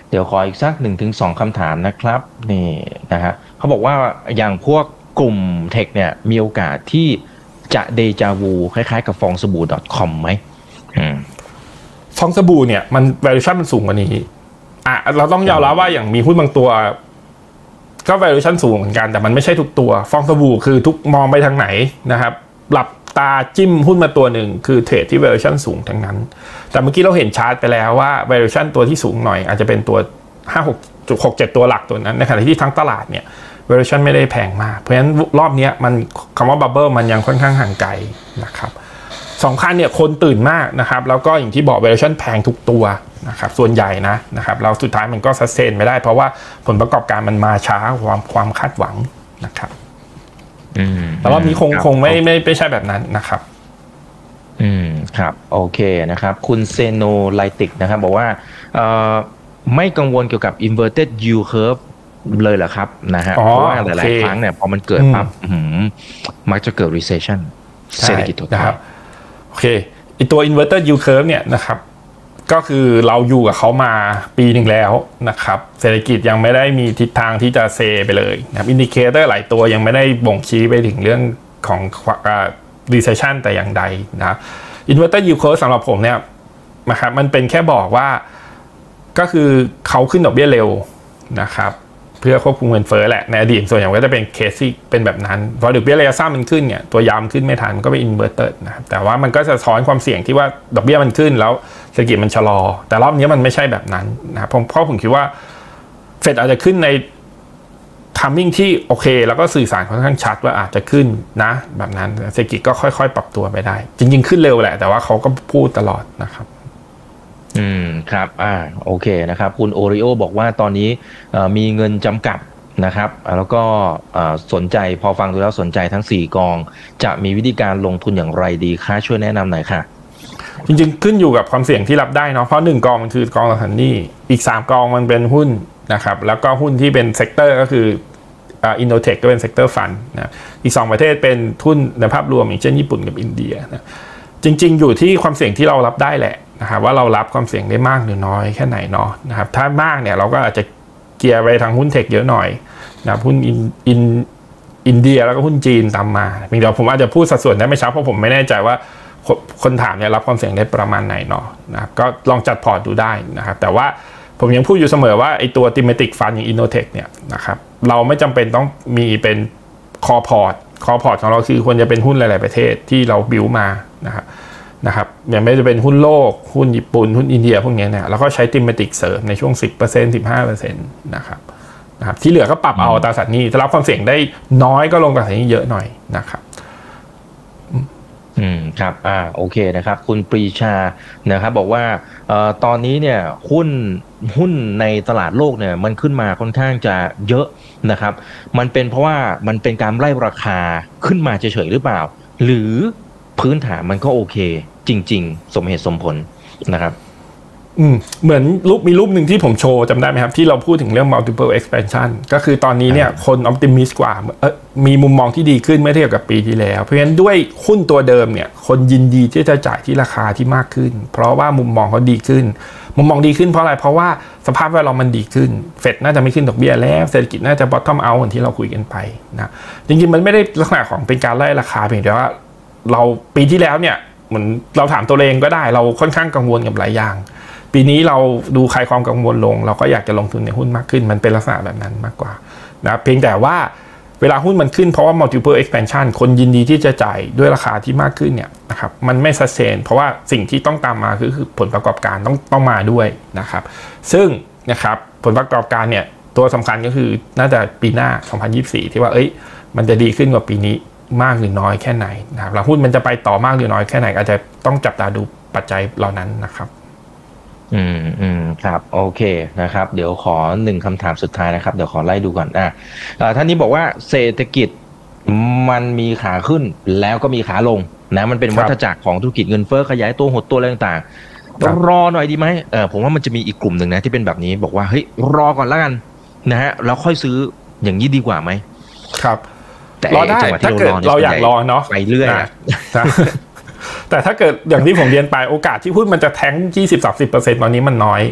เดี๋ยวขออีกสัก หนึ่งถึงสอง คำถามนะครับนี่นะฮะเขาบอกว่าอย่างพวกกลุ่มเทคเนี่ยมีโอกาสที่จะเดจาวูคล้ายๆกับฟองสบู่ .com ไหมอืมฟองสบู่เนี่ยมัน valuation มันสูงกว่านี้อ่ะเราต้องยอมรับว่าอย่างมีหุ้นบางตัวก็ valuation สูงเหมือนกันแต่มันไม่ใช่ทุกตัวฟองสบู่คือทุกมองไปทางไหนนะครับหลับตาจิ้มหุ้นมาตัวหนึ่งคือเทรดที่ valuation สูงทั้งนั้นแต่เมื่อกี้เราเห็นชาร์ตไปแล้วว่า valuation ตัวที่สูงหน่อยอาจจะเป็นตัวห้า หก หก เจ็ดตัวหลักตัวนั้นในขณะที่ทั้งตลาดเนี่ย valuation ไม่ได้แพงมากเพราะฉะนั้นรอบนี้มันคำว่า bubble มันยังค่อนข้างห่างไกลนะครับสองคันเนี่ยคนตื่นมากนะครับแล้วก็อย่างที่บอก valuation แพงทุกตัวนะครับส่วนใหญ่นะนะครับแล้วสุดท้ายมันก็ sustain ไม่ได้เพราะว่าผลประกอบการมันมาช้าความความคาดหวังนะครับแต่รอบนี้คงคงไม่ไม่ไม่ใช่แบบนั้นนะครับอืมครับโอเคนะครับคุณเซโนไลติกนะครับบอกว่าเอ่อไม่กังวลเกี่ยวกับ inverted yield curve เลยเหรอครับนะฮะเพราะว่าหลายๆครั้งเนี่ยพอมันเกิดปั๊บมักจะเกิด recession เศรษฐกิจถดถอยโอเคไอตัว inverted yield curve เนี่ยนะครับก็คือเราอยู่กับเขามาปีหนึ่งแล้วนะครับเศรษฐกิจยังไม่ได้มีทิศทางที่จะเซไปเลยนะครับอินดิเคเตอร์หลายตัวยังไม่ได้บ่งชี้ไปถึงเรื่องของ recession แต่อย่างใดนะ inverted yield curve สำหรับผมเนี่ยนะครับมันเป็นแค่บอกว่าก็คือเขาขึ้นดอกเบี้ยเร็วนะครับเพื่อควบคุมเงินเฟ้อแหละในอดีตส่วนใหญ่ก็จะเป็นเคสที่เป็นแบบนั้นพอดอกเบี้ยระยะสั้นมันขึ้นเนี่ยตัวยามขึ้นไม่ทันมันก็เป็น inverted นะครับแต่ว่ามันก็จะสะท้อนความเสี่ยงที่ว่าดอกเบี้ยมันขึ้นแล้วเศรษฐกิจมันชะลอแต่รอบนี้มันไม่ใช่แบบนั้นนะครับเพราะผมคิดว่าเฟดอาจจะขึ้นในtimingที่โอเคแล้วก็สื่อสารค่อนข้างชัดว่าอาจจะขึ้นนะแบบนั้นเศรษฐกิจก็ค่อยๆปรับตัวไปได้จริงๆขึ้นเร็วแหละแต่ว่าเขาก็พูดตลอดนะครับอืมครับอ่าโอเคนะครับคุณโอริโอบอกว่าตอนนี้มีเงินจำกัดนะครับแล้วก็สนใจพอฟังดูแล้วสนใจทั้งสี่กองจะมีวิธีการลงทุนอย่างไรดีคะช่วยแนะนำหน่อยค่ะจริงๆขึ้นอยู่กับความเสี่ยงที่รับได้เนาะเพราะหนึ่งกองมันคือกองตราสารหนี้อีกสามกองมันเป็นหุ้นนะครับแล้วก็หุ้นที่เป็นเซกเตอร์ก็คืออ่าอินโนเทคก็เป็นเซกเตอร์ฟันนะอีกสองประเทศเป็นหุ้นในภาพรวมอย่างเช่นญี่ปุ่นกับอินเดียนะจริงๆอยู่ที่ความเสี่ยงที่เรารับได้แหละนะครับว่าเรารับความเสี่ยงได้มากหรือน้อยแค่ไหนเนาะนะครับถ้ามากเนี่ยเราก็อาจจะเกียร์ไปทางหุ้นเทคเยอะหน่อยนะหุ้นอินอินอินเดียแล้วก็หุ้นจีนตามมาเดี๋ยวผมอาจจะพูดสัดส่วนได้ไม่ชัดเพราะผมไม่แน่ใจว่าคนถามเนี่ยรับความเสี่ยงได้ประมาณไหนเนาะนะครับก็ลองจัดพอร์ตดูได้นะครับแต่ว่าผมยังพูดอยู่เสมอว่าไอตัว thematic fund อย่าง Innotech เนี่ยนะครับเราไม่จำเป็นต้องมีเป็นคอพอร์ตคอพอร์ตของเราคือควรจะเป็นหุ้นหลายๆประเทศที่เราบิวมานะครับนะครับอย่างไม่จะเป็นหุ้นโลกหุ้นญี่ปุ่นหุ้นอินเดียพวกนี้เนี่ยแล้วก็ใช้ thematic เสริมในช่วง สิบเปอร์เซ็นต์ สิบห้าเปอร์เซ็นต์ นะครับนะครับที่เหลือก็ปรับเอาตราสารหนี้ถ้ารับความเสี่ยงได้น้อยก็ลงตราสารหนี้เยอะหน่อยนะครับอืมครับอ่าโอเคนะครับคุณปรีชานะครับบอกว่าเอ่อตอนนี้เนี่ยหุ้นหุ้นในตลาดโลกเนี่ยมันขึ้นมาค่อนข้างจะเยอะนะครับมันเป็นเพราะว่ามันเป็นการไล่ราคาขึ้นมาเฉยๆหรือเปล่าหรือพื้นฐานมันก็โอเคจริงๆสมเหตุสมผลนะครับอืมเหมือนรูปมีรูปหนึ่งที่ผมโชว์จำได้ไหมครับที่เราพูดถึงเรื่อง multiple expansion ก็คือตอนนี้เนี่ยคน optimist กว่าเออมีมุมมองที่ดีขึ้นเมื่อเทียบกับปีที่แล้วเพราะฉะนั้นด้วยหุ้นตัวเดิมเนี่ยคนยินดีที่จะจ่ายที่ราคาที่มากขึ้นเพราะว่ามุมมองเขาดีขึ้นมุมมองดีขึ้นเพราะอะไรเพราะว่าสภาพแวดล้อมมันดีขึ้นเฟดน่าจะไม่ขึ้นดอกเบี้ยแล้วเศรษฐกิจน่าจะ bottom out เหมือนที่เราคุยกันไปนะจริงๆมันไม่ได้ลักษณะของเป็นการไล่ราคาเพียงแต่ว่าเราปีที่แล้วเนี่ยเหมือนเราถามตัวเองก็ได้เราค่อนข้างกังวลกับหลายอย่างปีนี้เราดูคลายความกังวลลงเราก็อยากจะลงทุนในหุ้นมากขึ้นมันเป็นลักษณะแบบนั้นมากกว่านะเพียงแต่ว่าเวลาหุ้นมันขึ้นเพราะว่า multiple expansion คนยินดีที่จะจ่ายด้วยราคาที่มากขึ้นเนี่ยนะครับมันไม่ sustain เพราะว่าสิ่งที่ต้องตามมาคือผลประกอบการต้องต้องมาด้วยนะครับซึ่งนะครับผลประกอบการเนี่ยตัวสำคัญก็คือน่าจะปีหน้าสองพันยี่สิบสี่ที่ว่าเอ้ยมันจะดีขึ้นกว่าปีนี้มากหรือน้อยแค่ไหนนะครับแล้วหุ้นมันจะไปต่อมากหรือน้อยแค่ไหนอาจจะต้องจับตาดูปัจจัยเหล่านั้นนะครับอืมอืมครับโอเคนะครับเดี๋ยวขอหนึ่งคำถามสุดท้ายนะครับเดี๋ยวขอไล่ดูก่อนอ่ะท่านนี้บอกว่าเศรษฐกิจมันมีขาขึ้นแล้วก็มีขาลงนะมันเป็นวัฏจักรของธุรกิจเงินเฟ้อขยายตัวหดตัวอะไรต่างๆรอหน่อยดีไหมเออผมว่ามันจะมีอีกกลุ่มหนึ่งนะที่เป็นแบบนี้บอกว่าเฮ้ยรอก่อนแล้วกันนะฮะแล้วค่อยซื้ออย่างนี้ดีกว่าไหมครับรอได้ถ้าเกิดเราอยากรอเนาะไปเรื่อยแต่ถ้าเกิดอย่างที่ผมเรียนไปโอกาสที่หุ้นมันจะแทง ยี่สิบถึงสามสิบเปอร์เซ็นต์ ตอนนี้มันน้อย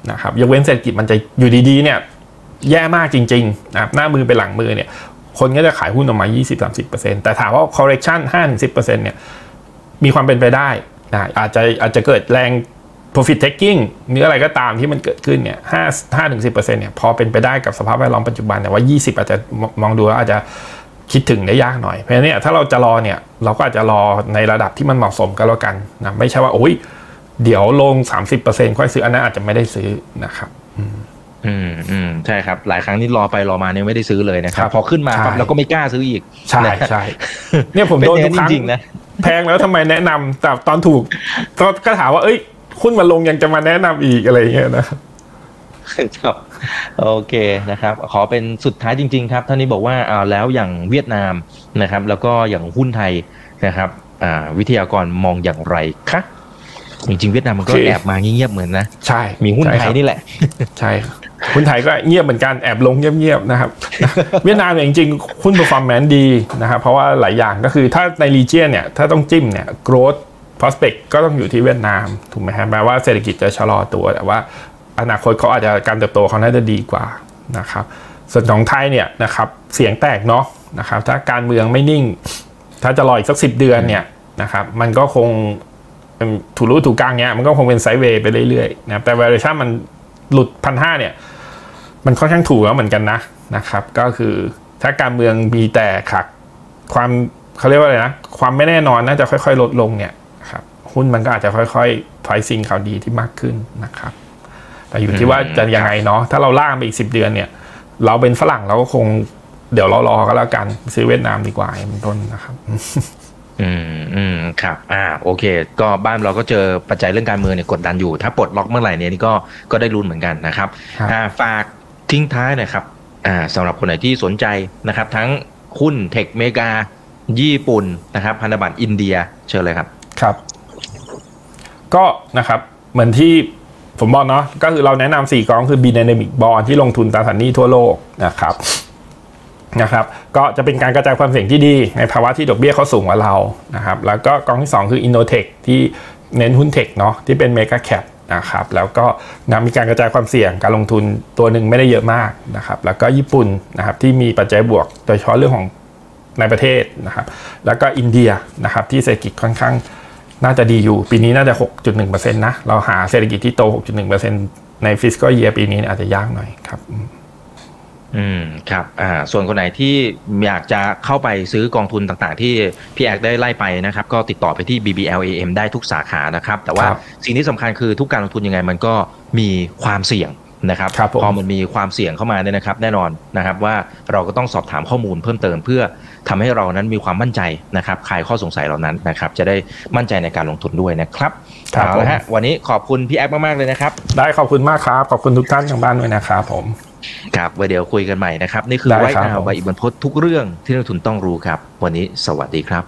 นะครับยกเว้นเศรษฐกิจมันจะอยู่ดีๆเนี่ยแย่มากจริงๆนะครับหน้ามือเป็นหลังมือเนี่ยคนก็จะขายหุ้นออกมา ยี่สิบถึงสามสิบเปอร์เซ็นต์ แต่ถามว่า correction ห้าถึงสิบเปอร์เซ็นต์ เนี่ยมีความเป็นไปได้นะอาจจะอาจจะเกิดแรง profit taking หรืออะไรก็ตามที่มันเกิดขึ้นเนี่ยห้า ห้าถึงสิบเปอร์เซ็นต์ เนี่ยพอเป็นไปได้กับสภาพแวดล้อมปัจจุบันแต่ว่ายี่สิบอาจจะมองดูแล้วอาจจะคิดถึงได้ยากหน่อยเพราะฉะนั้นเนี่ยถ้าเราจะรอเนี่ยเราก็อาจจะรอในระดับที่มันเหมาะสมก็แล้วกันนะไม่ใช่ว่าโอ้ยเดี๋ยวลง สามสิบเปอร์เซ็นต์ ค่อยซื้ออันนั้นอาจจะไม่ได้ซื้อนะครับอืมอืมใช่ครับหลายครั้งที่รอไปรอมาเนี่ยไม่ได้ซื้อเลยนะครับพอขึ้นมาปั๊บเราก็ไม่กล้าซื้ออีกใช่ใช่เนี่ยผมโดนทุกครั้งจริงๆนะแพงแล้วทำไมแนะนำแต่ตอนถูกก็ถามว่าเอ้ยหุ้นมาลงยังจะมาแนะนำอีกอะไรอย่างเงี้ยนะครับโอเคนะครับขอเป็นสุดท้ายจริงๆครับท่านนี้บอกว่าเอาแล้วอย่างเวียดนามนะครับแล้วก็อย่างหุ้นไทยนะครับอ่าวิทยากรมองอย่างไรคะจริงๆเวียดนามมันก็แอบมาเงียบๆเหมือนนะใช่มีหุ้นไทยนี่แหละใช่หุ้นไทยก็เงียบเหมือนกันแอบลงเงียบๆนะครับเวียดนามเนี่ยจริงๆหุ้น performance ดีนะครับเพราะว่าหลายอย่างก็คือถ้าใน region เนี่ยถ้าต้องจิ้มเนี่ย growth prospect ก็ต้องอยู่ที่เวียดนามถูกไหมครับแม้ว่าเศรษฐกิจจะชะลอตัวแต่ว่าอนาคตเขาอาจจะการเติบโตเขาน่าจะดีกว่านะครับส่วนของไทยเนี่ยนะครับเสียงแตกเนาะนะครับถ้าการเมืองไม่นิ่งถ้าจะรออีกสักสิบเดือนเนี่ยนะครับมันก็คงถูรู้ถูกกลางเนี้ยมันก็คงเป็นไซด์เวย์ไปเรื่อยๆนะแต่ valuation มันหลุด หนึ่งพันห้าร้อย เนี่ยมันค่อนข้างถูกแล้วเหมือนกันนะนะครับก็คือถ้าการเมืองมีแต่ขัดความเขาเรียกว่าอะไรนะความไม่แน่นอนน่าจะค่อยๆลดลงเนี่ยครับหุ้นมันก็อาจจะค่อยๆ pricing ข่าวดีที่มากขึ้นนะครับแต่อยู่ที่ว่าจะยังไงเนาะถ้าเราล่างไปอีกสิบเดือนเนี่ยเราเป็นฝรั่งเราก็คงเดี๋ยวเรารอก็แล้วกันซื้อเวียดนามดีกว่าเป็นต้นนะครับอืมอืมครับอ่าโอเคก็บ้านเราก็เจอปัจจัยเรื่องการเมืองเนี่ยกดดันอยู่ถ้าปลดล็อกเมื่อไหร่เนี่ยนี่ก็ก็ได้ลุ้นเหมือนกันนะครับอ่าฝากทิ้งท้ายหน่อยครับอ่าสำหรับคนไหนที่สนใจนะครับทั้งหุ้นเทคเมกาญี่ปุ่นนะครับพันธบัตรอินเดียเชิญเลยครับครับก็นะครับเหมือนที่ผมบอกเนาะก็คือเราแนะนำสี่กองคือ Dynamic Bond ที่ลงทุนตราสารหนี้ทั่วโลกนะครับนะครับก็จะเป็นการกระจายความเสี่ยงที่ดีในภาวะที่ดอกเบี้ยเขาสูงกว่าเรานะครับแล้วก็กองที่สองคือ Innotech ที่เน้นหุ้นเทคเนาะที่เป็น Mega Cap นะครับแล้วก็นะมีการกระจายความเสี่ยงการลงทุนตัวหนึ่งไม่ได้เยอะมากนะครับแล้วก็ญี่ปุ่นนะครับที่มีปัจจัยบวกโดยเฉพาะเรื่องของในประเทศนะครับแล้วก็อินเดียนะครับที่เศรษฐกิจค่อนข้างน่าจะดีอยู่ปีนี้น่าจะ หกจุดหนึ่งเปอร์เซ็นต์ นะเราหาเศรษฐกิจที่โต หกจุดหนึ่งเปอร์เซ็นต์ ใน Fiscal Year ปีนี้อาจจะยากหน่อยครับอืมครับอ่าส่วนคนไหนที่อยากจะเข้าไปซื้อกองทุนต่างๆที่พี่แอกได้ไล่ไปนะครับก็ติดต่อไปที่ บี บี แอล เอ เอ็ม ได้ทุกสาขานะครับแต่ว่าสิ่งที่สำคัญคือทุกการลงทุนยังไงมันก็มีความเสี่ยงนะครับพอมันมีความเสี่ยงเข้ามาเนี่ยนะครับแน่นอนนะครับว่าเราก็ต้องสอบถามข้อมูลเพิ่มเติมเพื่อทำให้เรานั้นมีความมั่นใจนะครับคลายข้อสงสัยเหล่านั้นนะครับจะได้มั่นใจในการลงทุนด้วยนะครับเอาละฮะวันนี้ขอบคุณพี่แอกมากๆเลยนะครับได้ขอบคุณมากครับขอบคุณทุกท่านทางบ้านด้วยนะครับผมครับไว้เดี๋ยวคุยกันใหม่นะครับนี่คือไว้ข่าวใบอิบันพดทุกเรื่องที่นักทุนต้องรู้ครับวันนี้สวัสดีครับ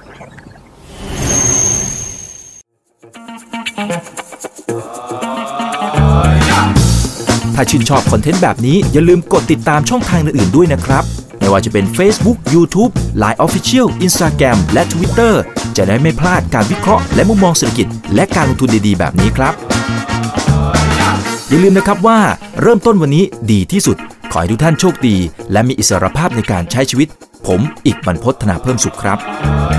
ถ้าชื่นชอบคอนเทนต์แบบนี้อย่าลืมกดติดตามช่องทางอื่นๆด้วยนะครับไม่ว่าจะเป็น Facebook, YouTube, ไลน์ Official, Instagram และ Twitter จะได้ไม่พลาดการวิเคราะห์และมุมมองเศรษฐกิจและการลงทุนดีๆแบบนี้ครับอย่าลืมนะครับว่าเริ่มต้นวันนี้ดีที่สุดขอให้ทุกท่านโชคดีและมีอิสรภาพในการใช้ชีวิตผมอีกบรรพต ธนาเพิ่มสุขครับ